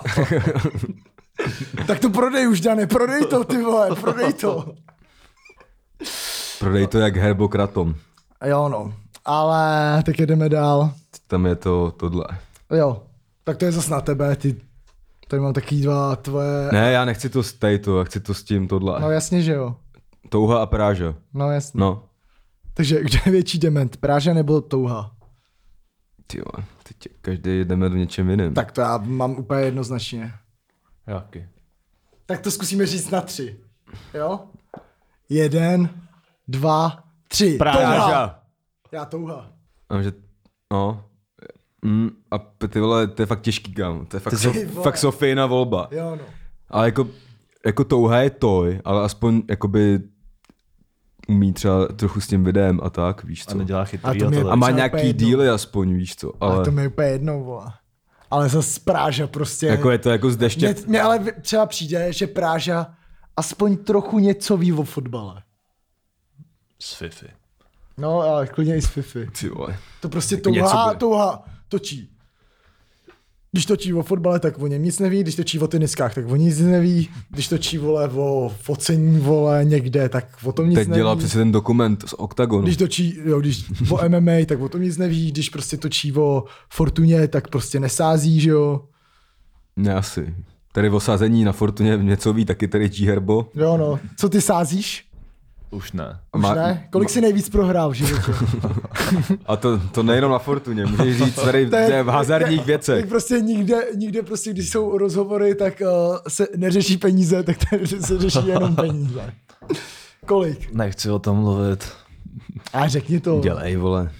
Tak to prodej už, Dane, prodej to, ty vole, prodej to. Prodej to jak herbokratom. Jo no, ale tak jedeme dál. Tam je to tohle. Jo, tak to je zas na tebe, ty tady mám taky dva tvoje... Ne, já nechci to s tejto, já chci to s tím tohle. No jasně, že jo. Touha a Práža. No jasně. No. Takže kde je větší dement, Práža nebo touha? Tyjo, teď každý jdeme do něčem jiným. Tak to já mám úplně jednoznačně. Jaký? Tak to zkusíme říct na 3. Jo? 1, 2, 3. Práža. Já touha. No. A ty vole, to je fakt těžký, kam. To je fakt Sofijina volba. Jo no. Ale jako touha je toj, ale aspoň jakoby umí třeba trochu s tím videem a tak, víš co. A nedělá chytrý a má nějaký díly aspoň, víš co. Ale to mi je úplně jedno, vole. Ale zase Práža prostě... Jako je to jako z deště. Mně ale třeba přijde, že Práža aspoň trochu něco ví o fotbale. Z Fifi. No, ale klidně i z Fifi. Ty vole. To prostě touha točí. Když točí o fotbale, tak o něm nic neví, když točí o teniskách, tak o nic neví, když točí vole o focení vole někde, tak o tom nic neví. Teď dělá přesně ten dokument z Octagonu. Když točí když o MMA, tak o tom nic neví, když prostě točí o Fortuně, tak prostě nesází, že jo. Ne, asi. Tady o sázení na Fortuně něco ví, taky tady G-Herbo. Jo no, co ty sázíš? Už ne. Už ne? Kolik jsi nejvíc prohrál v životě? A to nejenom na Fortuně, můžeš říct tady v hazardních věcech. Tak prostě nikde prostě, když jsou rozhovory, tak se neřeší peníze, tak tady se řeší jenom peníze. Kolik? Nechci o tom mluvit. A řekni to. Dělej, vole.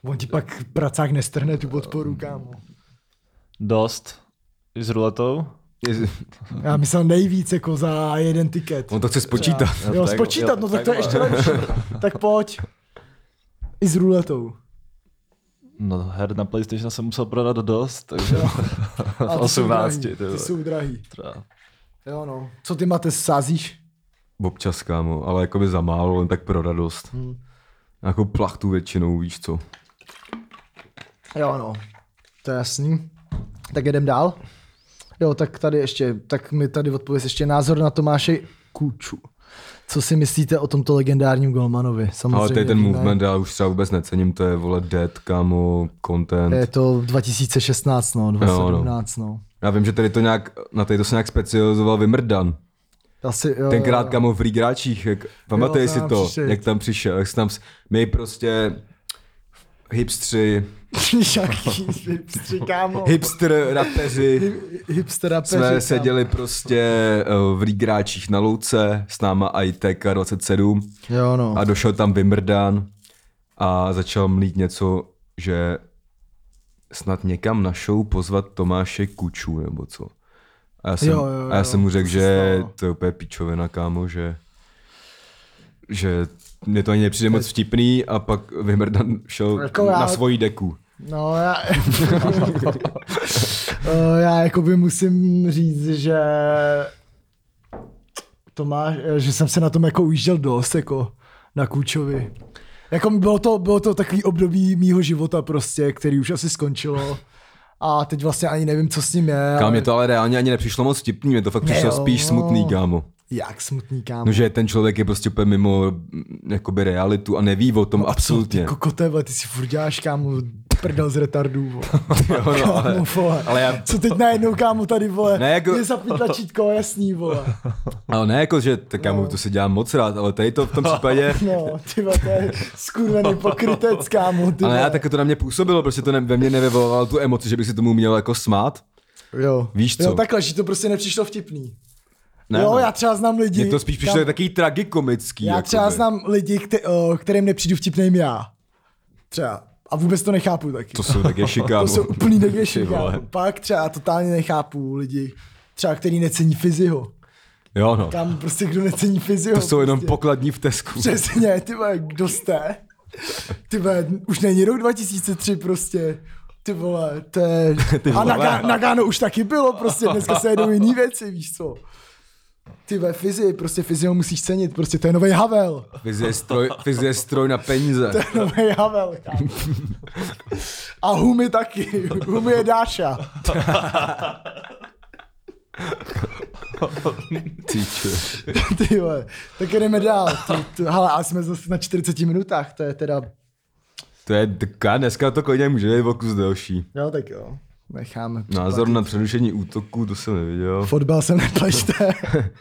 On ti pak pracák nestrhne tu podporu, kámo. Dost. I s ruletou? Já myslel nejvíc jako za jeden tiket. On to chce spočítat. Jo, spočítat, no tak to je ještě lepší. Tak pojď. I s ruletou. No, her na PlayStation jsem musel prodat dost, takže v A ty 18. Ty jsou drahý. Třeba. Jo no. Co ty máte, sázíš? Občas, kámo, ale jakoby za málo, jen tak pro radost. Jako plachtu většinou, víš co. Jo no. To je jasný. Tak jedem dál. Jo, tak tady ještě, tak mi tady odpověz ještě názor na Tomáše Kuču. Co si myslíte o tomto legendárním golmanovi? Samozřejmě Ale tady ten víme, movement já už třeba vůbec necením, to je vole dead, kámo, content. je to 2016, no, 2017, no. Já vím, že tady to nějak, na tady to se nějak specializoval Vimrdan. Asi, jo, Tenkrát, jo. kámo, v Rigráčích, pamatuješ si tam to, přišel. jak tam přišel, jak tam, my prostě hipstři, Jaký kámo. hipster rapeři, Hipstera peři, jsme kámo. seděli prostě v Rigráčích na louce, s náma ITK 27 Jo, no. a došel tam Vimrdan a začal mlít něco, že snad někam na show pozvat Tomáše Kuču, nebo co. A já jsem mu řekl, to se že stalo. to je úplně pičovina, kámo, že mě to ani nepřijde moc vtipný a pak Vimrdan šel Jako na já- svoji deku. No já jakoby musím říct, že že jsem se na tom jako ujížděl dost, jako na Kučovi. Jako bylo to takový období mýho života prostě, který už asi skončilo. A teď vlastně ani nevím, co s ním je. Kámo, mě to ale reálně ani nepřišlo moc vtipný, mě to fakt přišlo Jo. spíš smutný, kámo. Jak smutný, kámo. No, že ten člověk je prostě úplně mimo jakoby realitu a neví o tom Ty absolutně. kokote, vole, ty si furt děláš, kámo, prdel z retardů, vole. Jo, no, ale, Kámo, vole. ale já, Co teď najednou, kámo, tady, vole, Ne, jako- je zapít tlačítko, jasný, vole. ale ne jako, že tak kámo, to si dělám moc rád, ale tady to v tom případě, No, ty vole, to je skurvený pokrytec, kámo, ty ale vole. já tak to na mě působilo, prostě to ve mně nevyvolalo tu emoci, že bych si tomu měl jako smát. Jo. Víš co? Jo, takhle, že to prostě nepřišlo vtipný. Ne, Jo, ne. já třeba znám lidi. Mně to spíš přišlo takový tragikomický. Já třeba jakoby. znám lidi, kterým nepřijdu vtipným já. Třeba. A vůbec to nechápu taky. To jsou tak ješi, To kámo. jsou úplný negeši, Ty vole. kámo. Pak třeba totálně nechápu lidi. Třeba který necení fyziho. Jo, no. Tam prostě kdo necení fyziho. To jsou jenom prostě. pokladní v Tesku. Přesně, ty vole, kdo jste? Ty vole, už není rok 2003 prostě. Ty vole, to je... A Nagano už taky bylo prostě, dneska se jedou jiný věci, víš co? Ty vole, fyzio musíš cenit, prostě to je novej Havel. Fyzie je stroj na peníze. To je novej Havel, kámo. A Humi taky, Humi je Dáša. Ty vole, tak jdeme dál. Hele, a jsme zase na 40 minutách, to je teda... To je, tak dneska to klidně může být o kus delší. Jo, tak jo, necháme. Názor na přerušení útoku, to jsem neviděl. Fotbal se neplešte.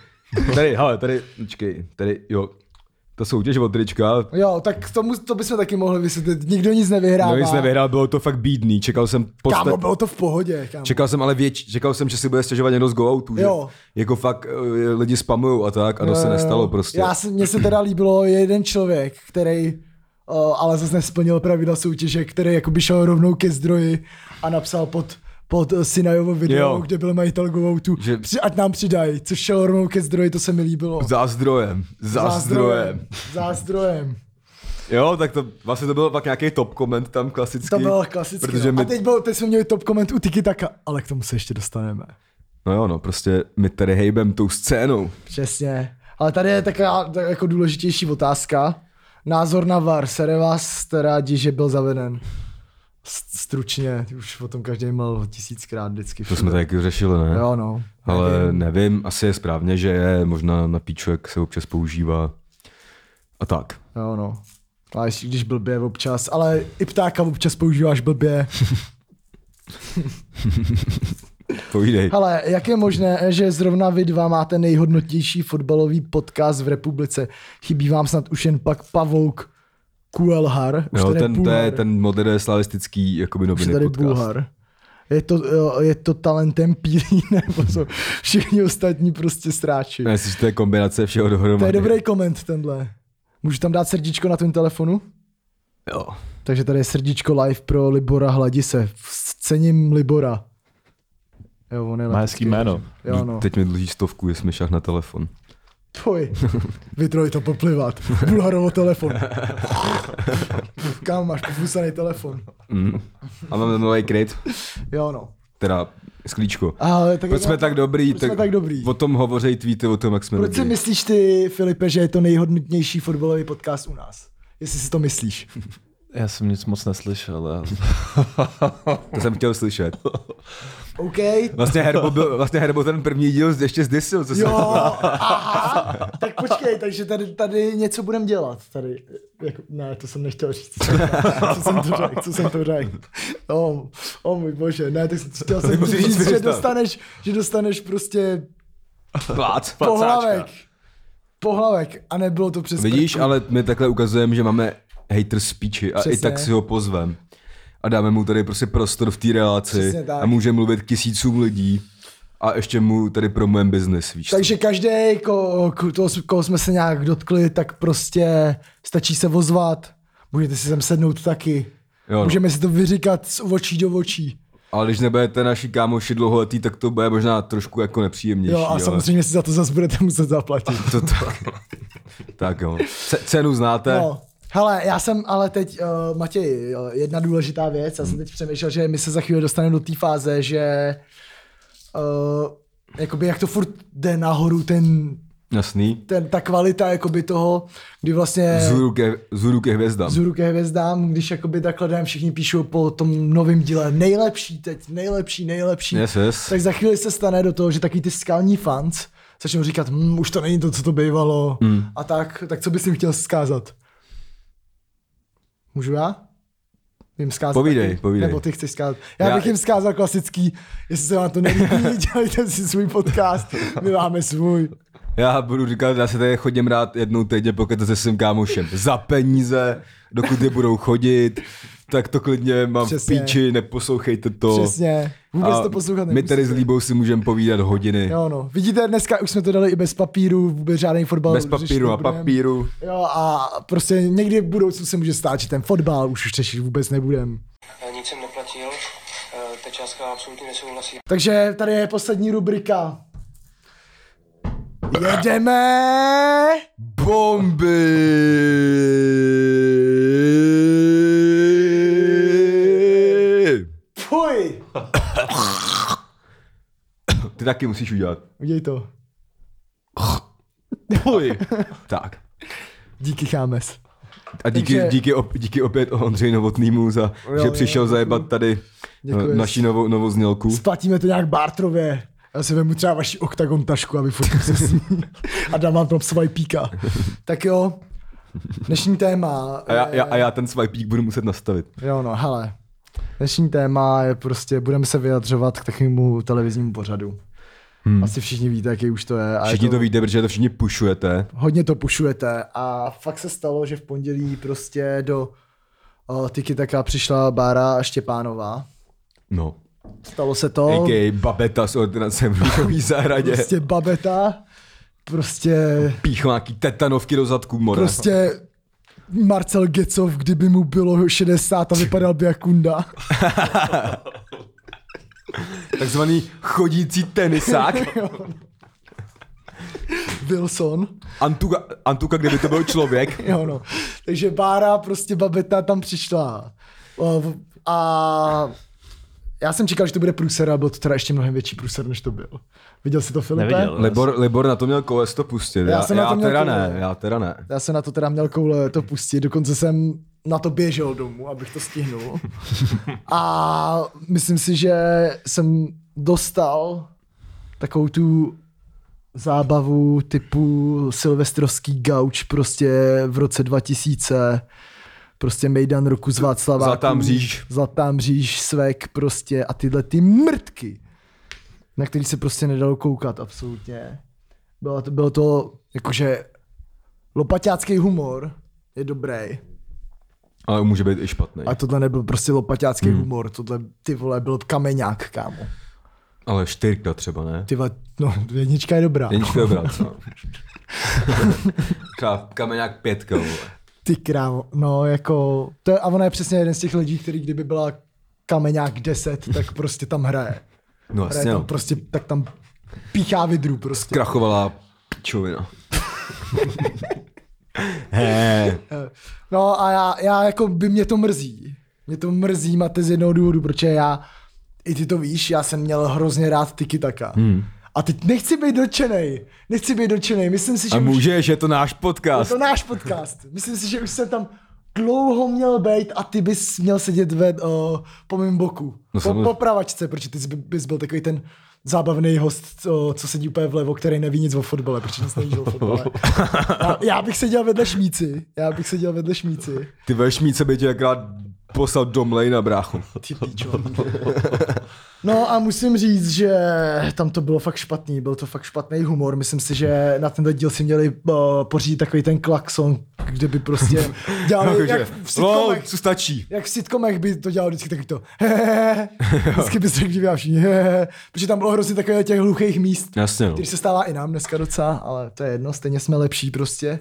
Tady, jo. Ta soutěž od trička, Jo, tak to bychom taky mohli vysvětlit. Nikdo nic nevyhrává. no nic nevyhrál, bylo to fakt bídný, čekal jsem Kámo, bylo to v pohodě, kámo. čekal jsem, že si bude stěžovat někdo z go-outu, že Jo. jako fakt lidi spamujou a tak a to se nestalo prostě. Mně se teda líbilo jeden člověk, který ale zase nesplnil pravidla soutěže, který jakoby šel rovnou ke zdroji a napsal pod Sinajovo video, Jo. kde byl majitel go-outu, Že- ať nám přidají, což šel rovnou ke zdroji, to se mi líbilo. Za zdrojem. Zázdrojem. Jo, tak to vlastně to byl pak nějaký top koment tam klasický. To bylo klasické. Protože No. A teď jsme měli top koment u Tiki Taka, ale k tomu se ještě dostaneme. No jo, no, prostě my tady hejbem tou scénou. Přesně. Ale tady je taková jako důležitější otázka. Názor na VAR. Sere vás jste rádi, že byl zaveden? Stručně, už o tom každý mal 1000krát vždycky. To jsme taky řešili, ne? Jo, no. Ale nevím, asi je správně, že je, možná na píček se občas používá. A tak. Jo, no. A ještě když blbě občas, ale i ptáka občas používáš blbě. Povídej. Hele, jak je možné, že zrovna vy dva máte nejhodnotnější fotbalový podcast v republice? Chybí vám snad už jen pak Pavouk Kuelhar? Už Jo, tady to Bulhar. je ten moderní slavistický jakoby Už noviny tady podcast. Bulhar. Je to talentem pílí, nebo jsou všichni ostatní prostě stráči. Já myslím, že to je kombinace všeho dohromady. To je dobrý koment tenhle. Můžu tam dát srdíčko na tvém telefonu? Jo. Takže tady je srdíčko live pro Libora Hladise. Cením Libora. Jo, on je Má hezký jméno. Jo, no. Teď mi dluží 100, jestli mi šah na telefon. Poj, vytroj to poplivat. Bulharovo telefon. Kam máš pofusaný telefon? A mám nový kryt, Jo, no. teda sklíčko. Ale tak Proč jsme tak dobrý? Proč jsme tak dobrý? O tom hovoří tweety, o tom, jak jsme Proč si dobrý. myslíš ty, Filipe, že je to nejhodnotnější fotbalový podcast u nás? Jestli si to myslíš. Já jsem nic moc neslyšel, ale... To jsem chtěl slyšet. OK. Vlastně Herbo ten první díl ještě zdisil, co Jo, jsem... aha. Tak počkej, takže tady něco budeme dělat. Tady, jako, ne, to jsem nechtěl říct. Co jsem to řekl? Můj bože, ne, tak chtěl jsem Musíš říct, říct, že dostaneš prostě Plác. pohlavek a nebylo to přes Vidíš, prku. ale my takhle ukazujeme, že máme hater speechy a Přesně. i tak si ho pozvem. A dáme mu tady prostě prostor v té relaci Přesně tak. a může mluvit k tisícům lidí a ještě mu tady promujeme business, víš co? Takže každý, koho jsme se nějak dotkli, tak prostě stačí se ozvat. Můžete si sem sednout taky. Jo, no. Můžeme si to vyříkat z očí do očí. Ale když nebudete naši kámoši dlouholetý, tak to bude možná trošku jako nepříjemnější. Jo, a samozřejmě si za to zase budete muset zaplatit. To tak. Tak jo. Cenu znáte? No. Hele, já jsem ale teď, Matěj, jedna důležitá věc, já jsem teď přemýšlel, že my se za chvíli dostaneme do té fáze, že jakoby jak to furt jde nahoru Jasný. ta kvalita jakoby toho, kdy vlastně Zůru ke hvězdám. Zůru ke hvězdám, když jakoby takhle jdem, všichni píšou po tom novém díle nejlepší teď, nejlepší. Yes. Tak za chvíli se stane do toho, že taky ty skalní fans začnou říkat, už to není to, co to bývalo a tak co bys jim chtěl vzkázat? Můžu já? Jim vzkázat Povídej, taky? povídej. Nebo ty chceš vzkázat? Já bych jim vzkázal klasický, jestli se vám to nelíbí, dělejte si svůj podcast, my máme svůj. Já budu říkat, já se tady chodím rád jednou týdně, pokud to se svým kámošem. Za peníze, dokud je budou chodit, tak to klidně mám Přesně. v píči, neposlouchejte to. Přesně, vůbec to poslouchat my tady s nemusíte. Líbou si můžeme povídat hodiny. Jo no, vidíte, dneska už jsme to dali i bez papíru, vůbec žádný fotbal. Bez papíru a papíru. Jo a prostě někdy v budoucnu se může stát, že ten fotbal už řešit vůbec nebudem. Nic jsem neplatil, ta částka absolutně nesouhlasí. Takže tady je poslední rubrika. Jedeme! Bomby! Fuj! Ty taky musíš udělat. Uděj to. Fuj. Tak. Díky, Chámes. A Takže- díky opět Ondřeji Novotnýmu, že jo, přišel zajebat tady Děkuji. naši novou znělku. Splatíme to nějak bartrově. Já si vemu třeba vaši oktagon tašku, aby fotku se s ní. A dám vám tam swipíka. Tak jo, dnešní téma. A já ten swipík budu muset nastavit. Jo no, hele. Dnešní téma je prostě, budeme se vyjadřovat k takovému televiznímu pořadu. Asi všichni víte, jaký už to je. A Všichni je to víte, protože to všichni pušujete. Hodně to pušujete a fakt se stalo, že v pondělí prostě do Tiki Taka přišla Bára Štěpánová. No. Stalo se to. A.k.a. Babeta z ordinace v Růžový zahradě. Prostě babeta. Prostě Píchl nějaký tetanovky do zadku, more. Prostě Marcel Gecov, kdyby mu bylo 60 a vypadal by jak kunda. Takzvaný chodící tenisák. Wilson. Antuka, kdyby to byl člověk. Jo no. Takže Bára, prostě babeta tam přišla. A já jsem čekal, že to bude průser, ale byl to teda ještě mnohem větší průser, než to byl. Viděl jsi to, Filipe? Neviděl. Libor na to měl koles to pustit. Já jsem na to měl Já teda ne. Já jsem na to teda měl koule to pustit, dokonce jsem na to běžel domů, abych to stihnul. A myslím si, že jsem dostal takovou tu zábavu typu silvestrovský gauč prostě v roce 2000, prostě Mejdan roku z Václaváku. Zlatá mříž, svek prostě a tyhle ty mrtky, na který se prostě nedalo koukat absolutně. Bylo to jakože lopaťácký humor je dobrý. Ale může být i špatný. A tohle nebyl prostě lopaťácký humor, tohle ty vole byl kameňák, kámo. Ale 4 třeba, ne? Ty vole, no jednička je dobrá. Jednička je dobrá, co? Třeba kameňák 5, vole. Ty krávo, no jako, a ona je přesně jeden z těch lidí, který kdyby byla kameňák 10, tak prostě tam hraje. No Hraje jasně, tam no. prostě, tak tam píchá vidru prostě. Krachovala pičovina. He. No a já jako by mě to mrzí. Mě to mrzí, máte z jednoho důvodu, protože já, i ty to víš, já jsem měl hrozně rád tiki-taka. A teď nechci být dotčenej, myslím si, že A můžeš, je to náš je podcast. to náš podcast. Myslím si, že už jsem tam dlouho měl být a ty bys měl sedět po mém boku. No, Po pravačce, protože ty bys byl takový ten zábavný host, co sedí úplně vlevo, který neví nic o fotbale, protože nic nevíš o fotbale. Já bych seděl vedle šmíci. Ty budeš mít se by tě akorát poslal do mlejna, bráchu. Ty píčo. No a musím říct, že tam to bylo fakt špatný, byl to fakt špatný humor. Myslím si, že na tenhle díl si měli pořídit takový ten klakson, kde by prostě dělali, jak v sitcomech. Co stačí. Jak v sitcomech by to dělalo vždycky taky to vždycky by se řekl všichni protože tam bylo hrozně takové těch hluchých míst, Jasně, no. který se stává i nám dneska docela, ale to je jedno, stejně jsme lepší prostě.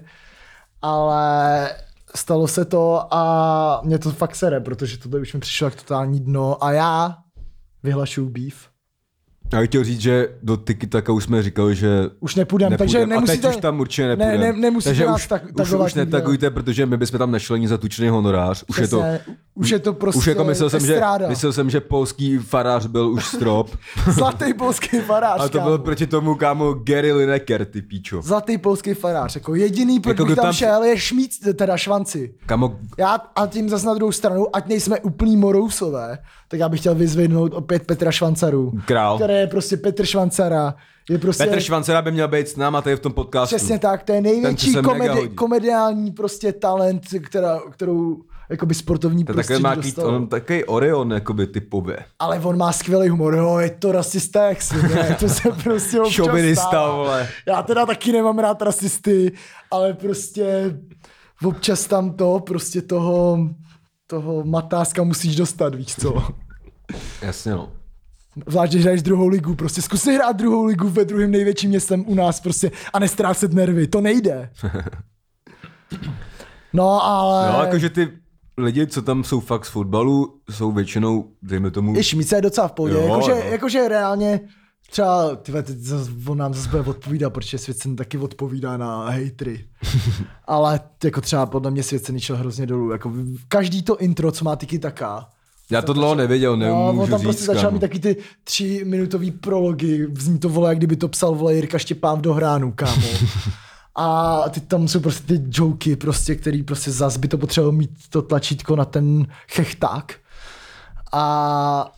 Ale stalo se to a mě to fakt sere, protože tohle už mi přišlo jak totální dno a já vyhlašuju beef. Já bych chtěl říct, že do tiki-taka už jsme říkali, že Už nepůjdem, takže nemusíte... A teď už tam určitě nepůjdem. Nemusíte takže nás už netakujte, protože my bychom tam nešli ani za tučný honorář. Už je to prostě už jako estráda. myslel jsem, že polský farář byl už strop. Zlatý polský farář, A to byl proti tomu, kámo, Gary Lineker, ty píčo. Zlatý polský farář, jako jediný, proč bych tam šel, je teda švanci. Kámo, Já a tím zase na druhou stranu, ať nejsme úplný morousové, tak já bych chtěl vyzvednout opět Petra Švancaru. Král. Který je prostě Petr Švancara. Je prostě... Petr Švancera by měl být s náma tady v tom podcastu. Přesně tak, to je největší Ten, co se mega hodí. komediální prostě talent, kterou jakoby sportovní To prostředí takhle má dostalo. takový Orion, jakoby typově. Ale on má skvělý humor, jo, je to rasista, jak si, ne? To se prostě občas Šovinista, stává. vole. Já teda taky nemám rád rasisty, ale prostě občas tam prostě toho matáska musíš dostat, víš co? Jasně, no. Zvlášť, když hraješ druhou ligu, prostě zkus si hrát druhou ligu ve druhém největším městem u nás prostě a nestrácet nervy, to nejde. No, ale... No, jakože ty lidi, co tam jsou fakt z fotbalu, jsou většinou, dejme tomu... I Šmice je docela v pohodě, Jo, jakože reálně třeba, on nám zase bude odpovídat, protože Svěcen taky odpovídá na hejtry. Ale jako třeba podle mě Svěcen šel hrozně dolů, jako každý to intro, co má tiki-taka. Já to dlouho nevěděl, nemůžu on tam říct, prostě začal kámo. mít taky ty 3-minutový prology, zní to vole, jak kdyby to psal vole Jirka Štěpán v Dohránu, kámo. A ty tam jsou prostě ty joky, prostě, který prostě zas by to potřeboval mít to tlačítko na ten chechták. A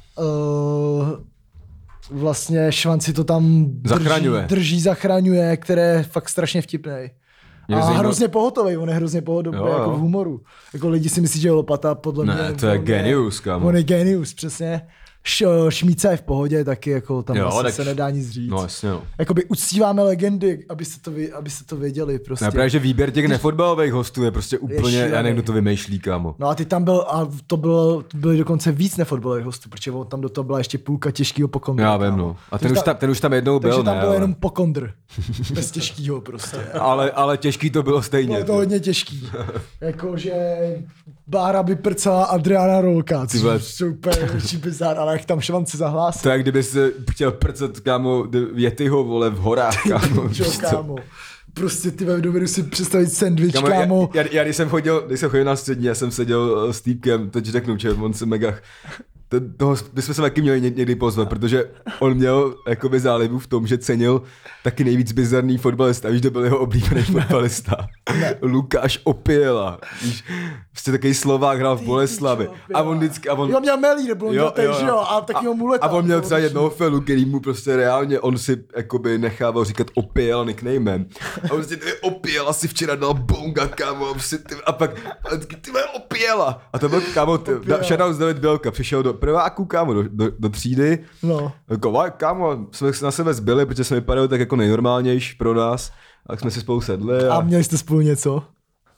vlastně Švanci to tam zachraňuje, které je fakt strašně vtipnej. A hrozně pohotovej, on je hrozně pohotový jako v humoru. Jako lidi si myslí, že je lopata, podle mě. Ne, to je genius, kámo. On je genius, přesně. Šmíca je v pohodě, taky jako tam vlastně se nedá nic říct. No jasně, no. Jakoby uctíváme legendy, abyste to věděli prostě. Právě, že výběr těch nefotbalových hostů je prostě úplně, já nevím, kdo to vymýšlí, kámo. No a ty tam byl, a byly dokonce víc nefotbalových hostů, protože tam do toho byla ještě půlka těžkýho pokondra. Já vím, no. A ten už tam jednou byl, takže tam ne, byl ale... jenom pokondr. Bez těžkýho prostě. ale těžký to bylo stejně. Bylo to hodně těžký. Jakože Bára by prcala Adriana Rolka, což je super větší bizár, ale jak tam Švanci zahlásí. To je, kdyby se chtěl prcat, kámo, Yetyho, vole, v horách, kámo. Kámo. Prostě ty dovedu si představit sandwich, kámo. Já když jsem chodil na střední, já jsem seděl s týpkem, teď řeknu, že on se mega... Toho bychom se taky měli někdy pozvat, protože on měl jakoby zálibu v tom, že cenil taky nejvíc bizarný fotbalista. Víš, kdo byl jeho oblíbený fotbalista? Lukáš Opěla. Víš, prostě takový Slovák, hrál v Boleslavi. A on vždycky... Jo, měl melír, blondětej, že jo? A takovýho muleta. A on měl třeba jednoho felu, který mu prostě reálně, on si jakoby nechával říkat Opěla nicknamem. A on prostě ty Opěla si včera dal bonga, kámo. A pak ty Opěla. A to byl, kámo, shoutout z David Bělka, přišel do prváku, kámo, do třídy. No. Kámo, jsme na sebe zbyli, protože jsme vypadali tak jako nejnormálnější pro nás. Tak jsme si spolu sedli. A měli jste spolu něco?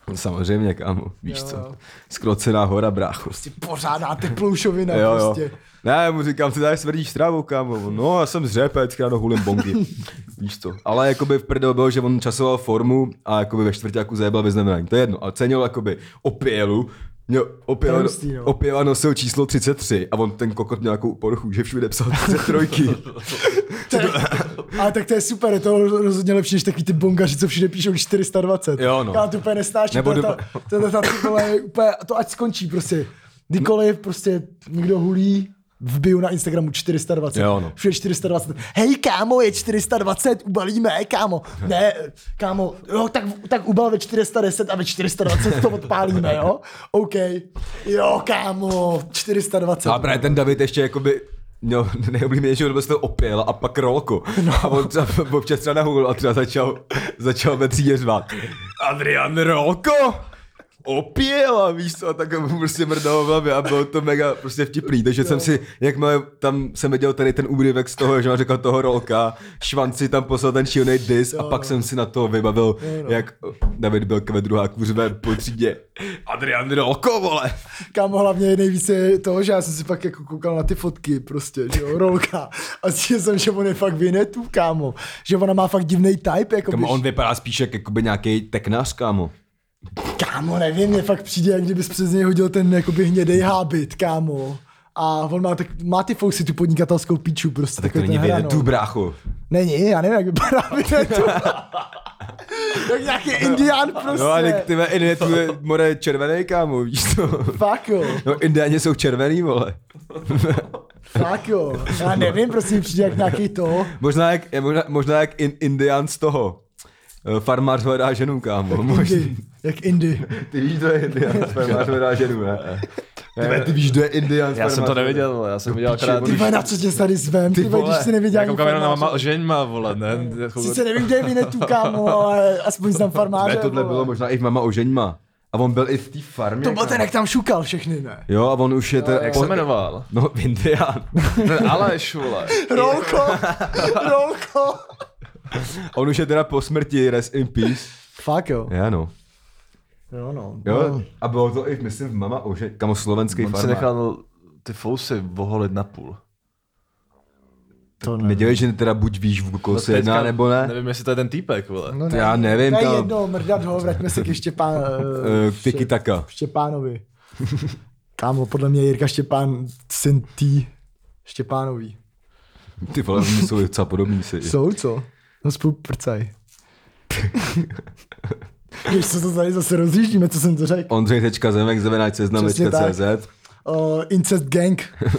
Samozřejmě, kámo, víš Jo, co. jo. Skrocená hora, brácho. Prostě pořádná teploušovina Jo, prostě. Ne, já mu říkám, ty tady smrdíš trávou, kámo. No, já jsem z Řepec, ráno hulím bongy. Víš to. Ale jakoby v prdel bylo, že on časoval formu a jakoby ve čtvrťáku zajebal vyznamenání. To je jedno. A cenil jakoby opělu. Měl opěla nosil číslo 33 a on ten kokot měl nějakou poruchu, že všude psal 33. Ale tak to je super, je to rozhodně lepší než takový ty bongaři, co všude píšou 420. Jo, no. Já to úplně nesnáším, Nebo to je úplně, to ať skončí prostě. Kdykoliv prostě někdo hulí, vbiju na Instagramu 420. Jo, no. Všude 420. Hej kámo, je 420, ubalíme, kámo. Ne, kámo, jo, tak ubal ve 410 a ve 420 to odpálíme, jo? OK. Jo, kámo, 420. A právě ten David ještě jakoby měl nejoblíbenějšího dobu to opěl a pak rolko. No. A on třeba občas třeba nahul a třeba začal ve třídě řvát. Adrian Rolko! Opěl a víš co, a tak mu prostě mrdalo v hlavě a bylo to mega prostě vtipný, takže jsem si, jakmile tam jsem viděl tady ten úryvek z toho, že on řekl toho Rolka, Švanci tam poslal ten šílený dis a pak jsem si na to vybavil, jak David byl ve druháku řve po třídě. Adrian Rolko, vole! Kámo, hlavně nejvíc je toho, že já jsem si pak jako koukal na ty fotky prostě, že jo, Rolka. A zjistil jsem, že on je fakt vinetu, kámo. Že ona má fakt divnej type, jako Kámo, on vypadá spíš jak jakoby nějaký teknář, kámo. Kámo, nevím, mně fakt přijde, jak kdybys přes něj hodil ten jakoby hnědej hábit, kámo. A on má ty fousy, tu podnikatelskou píču, prostě. Tak to není vinetu, brácho. Není, já nevím, jak vypadá vinetu. Jak nějaký indián prostě. No ale ty vinetu je more červený, kámo, víš to. Fakt jo. No indiáni jsou červený, vole. Fakt jo. Já nevím, prostě mi přijde jak nějaký to. Možná jak indián z toho. Farmář hledá ženu, kámo. Jak Indy. Ty víš, kdo je indián, farmář hledá ženu, ne? Ty víš, kdo je indián, Já jsem to neviděl, já jsem viděl akorát... Ty vole, na co tě tady zvem, ty vole, když jsi neviděl Já koukám jenom na mama ožeňma, vole, ne? Sice nevím, kde je vinetu, kámo, ale aspoň znám farmáře. Ne, tohle bylo možná i v Mama ožeňma. A on byl i v té farmě. To byl ten, jak tam šukal všechny, ne? Jo, a on už je ten... Jak se jmenoval? No, indián. Ten Aleš, vole. Rolko. On už je teda po smrti, rest in peace. Fakt jo. Já no. Jo no. Jo, a bylo to i, myslím, v Mama ožeň, kamo slovenský On si farmář. nechal ty fousy oholit na půl. To Nedělej, že teda buď víš, v koho se jedná, nebo ne. Nevím, jestli to je ten týpek, vole. No To já nevím, to je tam- jedno, mrdat ho, vraťme se ke Tiki taka. Štěpánovi. Kámo, podle mě Jirka Štěpán, syn tý Štěpánový. Ty vole, oni jsou docela podobný si. Jsou, co? No spolu prcaj. Víš, co to tady zase rozjíždíme, co jsem to řekl? Ondřej.zemek@seznam.cz Incest gang.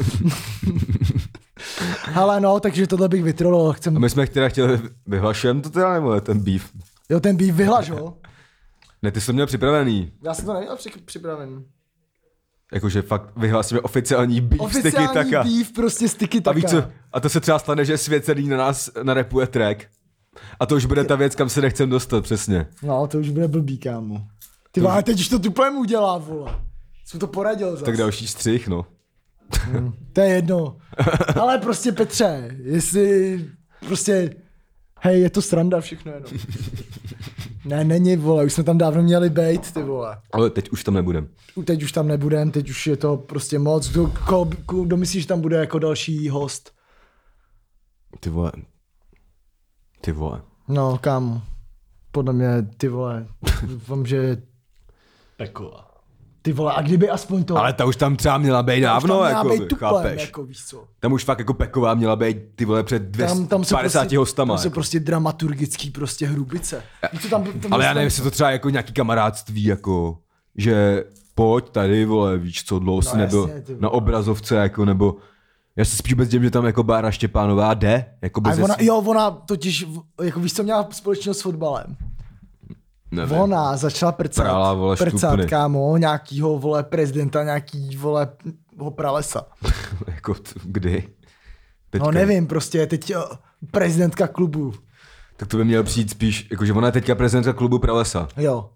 Hele no, takže tohle bych vytrolil. A my jsme chtěli vyhlašem to teda, nebo je ten beef? Jo, ten beef vyhlaš, ho? Ne, ty jsi to měl připravený. Já jsem to neměl připraven. Jakože fakt vyhlásíme oficiální beef z Tiki Oficiální taka. beef prostě z Tiki A taka. víš co, a to se třeba stane, že svět celý na nás narepuje track. A to už bude ta věc, kam se nechcem dostat, přesně. No, to už bude blbý, kámo. Ty vole, teď už to tupém udělá, vole. Jsem to poradil zase. Tak další střih, no. To je jedno. Ale prostě Petře, jestli prostě, hej, je to sranda všechno jenom. Ne, není, vole, už jsme tam dávno měli bejt, ty vole. Ale teď už tam nebudem. Teď už tam nebudem, teď už je to prostě moc. Kdo myslíš, že tam bude jako další host? Ty vole. Ty vole. No, kámo. Podle mě, ty vole, doufám, že Pekola. ty vole, a kdyby aspoň to... Ale ta už tam třeba měla být dávno, jako, chápeš. jako víš co. Tam už fakt jako Peková měla být, ty vole, před 250 prostě, hostama. Tam se Jako. prostě dramaturgický prostě hrubice. Víš co, tam Ale já nevím, jestli to třeba jako nějaký kamarádství, jako, že pojď tady, vole, víš co, dlouho si nebyl jasně, ty vole. na obrazovce, jako, nebo já se spíš vůbec dělím, že tam jako Bára Štěpánová jde, jako bez... Ona totiž, jako víš co měla společného s fotbalem? Nevím. Ona začala Prala, vole, prcat, štupny. kámo, nějakýho, vole, prezidenta, nějaký, vole, pralesa. Jako, kdy? Teďka. No nevím, prostě teď prezidentka klubu. Tak to by měl přijít spíš, jakože ona je teďka prezidentka klubu Pralesa. Jo.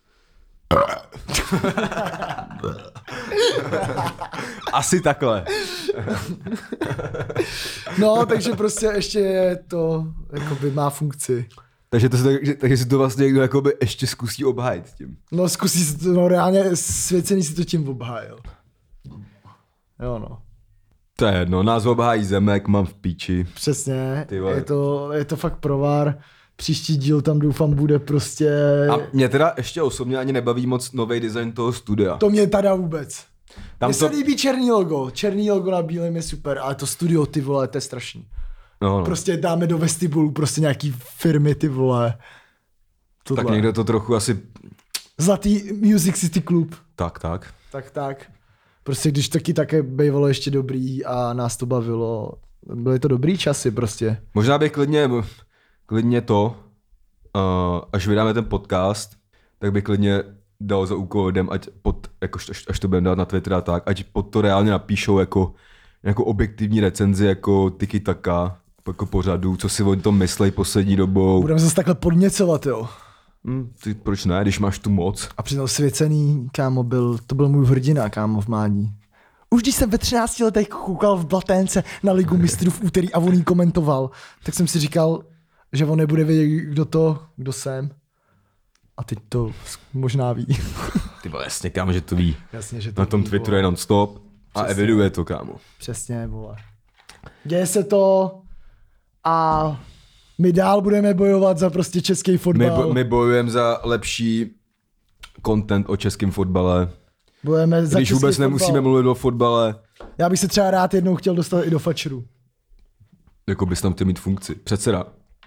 Asi takhle. No, takže prostě ještě je to, jakoby má funkci. Takže si to vlastně někdo jakoby ještě zkusí obhájit tím. No zkusí, no reálně svěcený si to tím obhájil. Jo no. To je jedno, nás obhájí Zemek, mám v píči. Přesně, Ty vole. je to fakt provar. Příští díl tam doufám bude prostě... A mě teda ještě osobně ani nebaví moc nový design toho studia. To mě teda vůbec. Mně se to... líbí černý logo na bílém je super, ale to studio, ty vole, to je strašný. No. Prostě dáme do vestibulu prostě nějaký firmy, ty vole. Tohle. Tak někdo to trochu asi... Zlatý Music City Club. Tak. Tak. Prostě když taky také bývalo ještě dobrý a nás to bavilo. Byly to dobrý časy prostě. Možná bych klidně to, až vydáme ten podcast, tak bych klidně dal za úkol lidem, až to budeme dát na Twitter a tak, ať pod to reálně napíšou jako objektivní recenzi, jako tiki-taka, jako pořadu, co si o tom myslej poslední dobou. Budeme zase takhle podněcovat, jo. Ty proč ne, když máš tu moc? A přitom svěcený, kámo, to byl můj hrdina, kámo, v mládí. Už když jsem ve 13 letech koukal v Blaténce na Ligu mistrů v úterý a on jí komentoval, tak jsem si říkal, že on nebude vědět, kdo jsem. A teď to možná ví. Ty vole, jasně, kámo, že to ví. Jasně, že to na tom ví, Twitteru vole. je non-stop a Přesně. eviduje to, kámo. Přesně, vole. Děje se to a my dál budeme bojovat za prostě český fotbal. My bojujeme za lepší content o českém fotbale. Bojujeme za Když český vůbec fotbal. nemusíme mluvit o fotbale, Já bych se třeba rád jednou chtěl dostat i do Fatcheru. jako bys tam chtěl mít funkci. Předseda.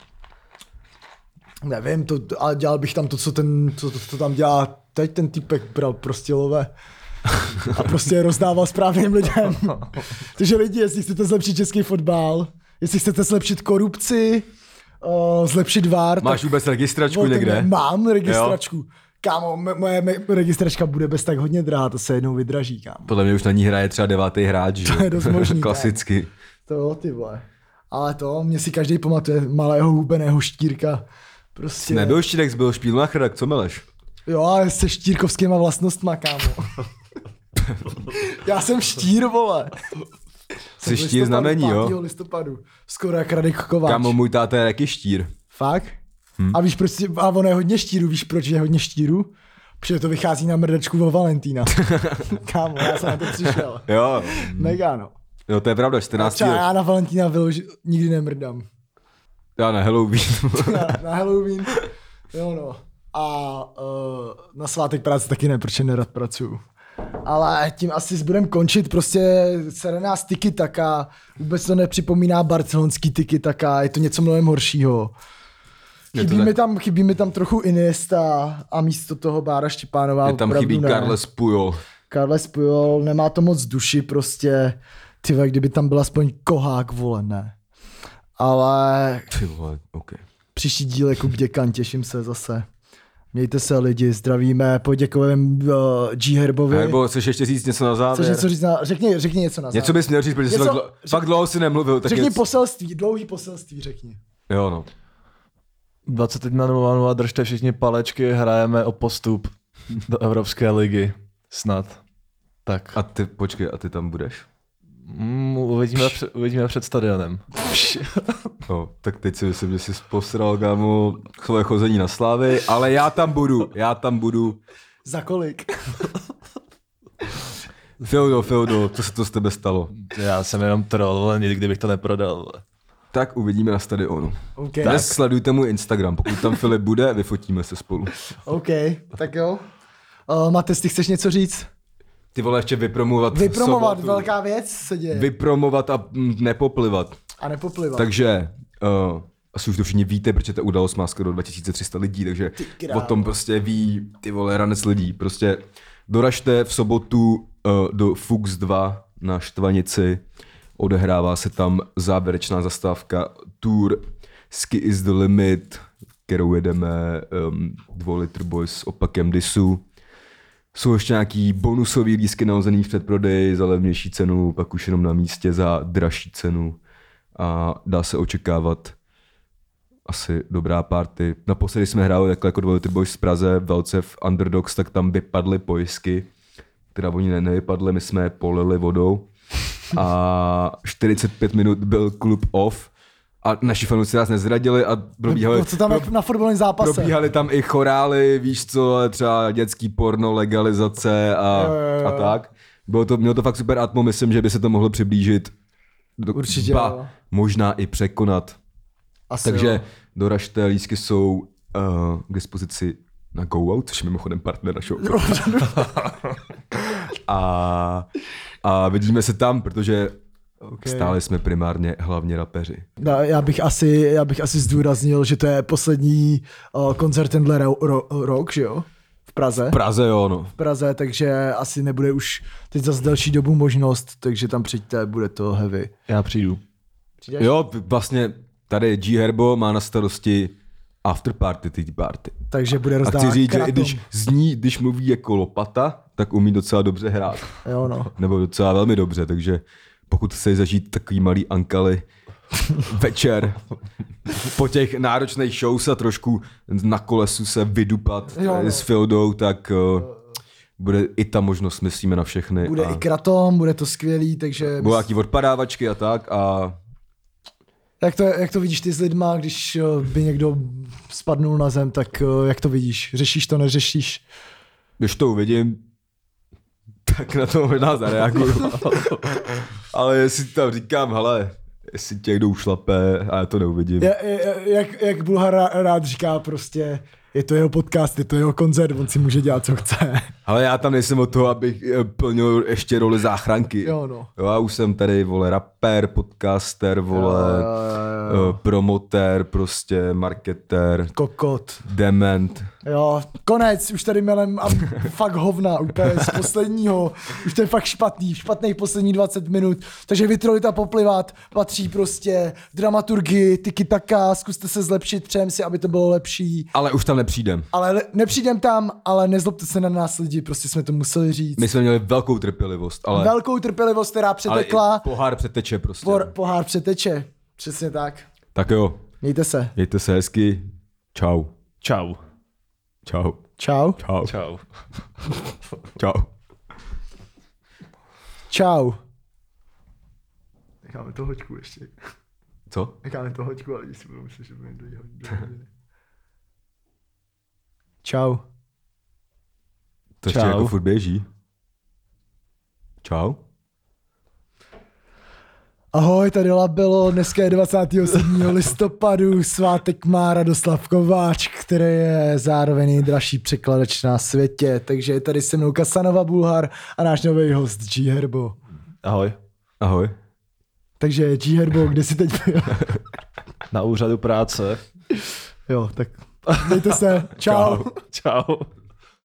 Nevím, ale dělal bych tam to, co tam dělá teď ten týpek, bral Prostělové a prostě je rozdával správným lidem. Takže lidi, jestli chcete zlepšit český fotbal, jestli chcete zlepšit korupci, zlepšit VAR, Máš vůbec registračku volte někde? mě. Mám registračku. Jo. Kámo, moje registračka bude bez tak hodně drahá, to se jednou vydraží, kámo. Podle mě už na ní hraje třeba 9. hráč, že? To je dost možný, Klasicky. To jo, ty vole. Ale mě si každý pamatuje malého hubeného Štírka. Prostě... Nebyl Štírek, byl Špílmacher, tak co meleš? Jo, ale se štírkovskýma vlastnostma, kámo. Já jsem Štír, vole. Jsi Štír znamení, jo? 5. listopadu. Skoro jak Radek Kováč. Kámo, můj táta je taky Štír. Fakt? A víš proč, a ono je hodně Štírů, víš proč je hodně Štírů? Protože to vychází na mrdačku o Valentína. Kámo, já jsem na to přišel. Jo. Mega, no. Jo, to je pravda, 14. Třeba já na Valentína nikdy nemrdám. Já na Halloween. na Halloween. Jo, no. A na svátek práce taky ne, protože nerad pracuju. Ale tím asi budeme končit, prostě sere nás tiki-taka, vůbec to nepřipomíná barcelonský tiki-taka, je to něco mnohem horšího. Chybí mi tam trochu Iniesta a místo toho Bára Štěpánová. Je tam chybí Carles Puyol. Carles Puyol, nemá to moc duši prostě, tyhle, kdyby tam byl aspoň Kohák, vole, ne. Ale Ty vole, okay. Příští díl jako děkan, těším se zase. Mějte se lidi, zdravíme, poděkujeme G Herbovi. Herbo, chceš ještě říct něco na závěr? Chceš něco říct řekni něco na závěr. Něco bys měl říct, protože jsi fakt dlouho si nemluvil. Tak řekni poselství, dlouhý poselství řekni. Jo no. 21:00 držte všichni palečky, hrajeme o postup do Evropské ligy. Snad. Tak. A ty, počkej, a ty tam budeš? Uvidíme před stadionem. No, tak teď si myslím, že jsi posral, kámo, svoje chození na Slávy, ale já tam budu. Za kolik? Fildo, co se to s tebe stalo? Já jsem jenom troll, ale nikdy bych to neprodal. Tak uvidíme na stadionu. Okay. Dnes sledujte můj Instagram, pokud tam Filip bude, vyfotíme se spolu. OK, tak jo. Matej, ty chceš něco říct? Ty vole, ještě vypromovat sobotu. Velká věc se děje. Vypromovat a nepoplivat. A nepoplivat. Takže, asi už to všichni víte, protože ta událost má skoro 2300 lidí, takže o tom prostě ví ty vole ranec lidí. Prostě doražte v sobotu do Fux 2 na Štvanici, odehrává se tam závěrečná zastávka Tour Ski is the Limit, kterou jedeme 2 Litr Boys s opakem Disu. Jsou ještě nějaký bonusový lístky nahozený v předprodeji za levnější cenu, pak už jenom na místě za dražší cenu. A dá se očekávat asi dobrá party. Naposledy jsme hráli takhle jako 2 Litr Boys z Praze, velce v Underdogs, tak tam vypadly pojistky. Teda oni nevypadly, my jsme je polili vodou. A 45 minut byl klub off a naši fanoušci nás nezradili a probíhali, Co tam jak na fotbalovém zápase? probíhaly tam i chorály, víš co, třeba dětský porno, legalizace a tak. Mělo to fakt super atmo, myslím, že by se to mohlo přiblížit. Určitě, jo. Možná i překonat. Asi Takže jo. doražte, lístky jsou k dispozici na Go Out, což je mimochodem partner našeho. a vidíme se tam, protože stále jsme primárně hlavně rapeři. Já bych asi zdůraznil, že to je poslední koncert tenhle rok, že jo? V Praze. V Praze, jo, no. V Praze, takže asi nebude už teď zase delší dobu možnost, takže tam přijďte, bude to heavy. Já přijdu. Přijdeš? Jo, vlastně tady G Herbo má na starosti afterparty, ty party. Takže bude A rozdávat chci říct, že i kratom. když mluví jako lopata, tak umí docela dobře hrát. Jo, no. Nebo docela velmi dobře, takže pokud chceš zažít takový malý ankaly večer po těch náročných shows a trošku na kolesu se vydupat s Fildou, tak bude i ta možnost, myslíme na všechny. Bude i kratom, bude to skvělý, takže... Budou nějaký odpadávačky a tak a... Jak to vidíš ty s lidma, když by někdo spadnul na zem, tak jak to vidíš? Řešíš to, neřešíš? Když to uvidím, tak na to možná zareaguju. Ale jestli tam říkám, hele, jestli tě někdo ušlape a já to neuvidím. Jak Bulhar rád říká prostě, je to jeho podcast, je to jeho koncert, on si může dělat, co chce. Ale já tam nejsem o toho, abych plnil ještě roli záchranky. Jo, no. Jo, já už jsem tady, vole, rapper, podcaster, vole, promotér, prostě, marketér, Kokot. dement. Jo, konec, už tady melem a fakt hovna, úplně z posledního, už to je fakt špatných posledních 20 minut, takže vytrolit a poplivat patří prostě v dramaturgii, tiki-taka, zkuste se zlepšit, přejem si, aby to bylo lepší. Ale už tam nepřijdem. Ale nepřijdem tam, ale nezlobte se na nás lidi, prostě jsme to museli říct. My jsme měli velkou trpělivost, ale... Velkou trpělivost, která přetekla. Ale pohár přeteče prostě. Pohár přeteče, přesně tak. Tak jo, Mějte se. mějte se hezky. Čau. Čau. Čau. Čau. Čau. Čau. Čau. Čau. Necháme to hoďku ještě. Co? Necháme to hoďku, ale lidi si budou myslet, že budeme do hodiny. Čau. To ještě Čau. jako furt běží. Čau. Ahoj, tady Labelo, dneska je 27. listopadu, svátek má Radoslav Kováč, který je zároveň nejdražší překladač na světě, takže je tady se mnou Kasanova Bulhar a náš nový host G Herbo. Ahoj. Ahoj. Takže G Herbo, kde jsi teď byl? Na úřadu práce. Jo, tak mějte se, čau. Čau.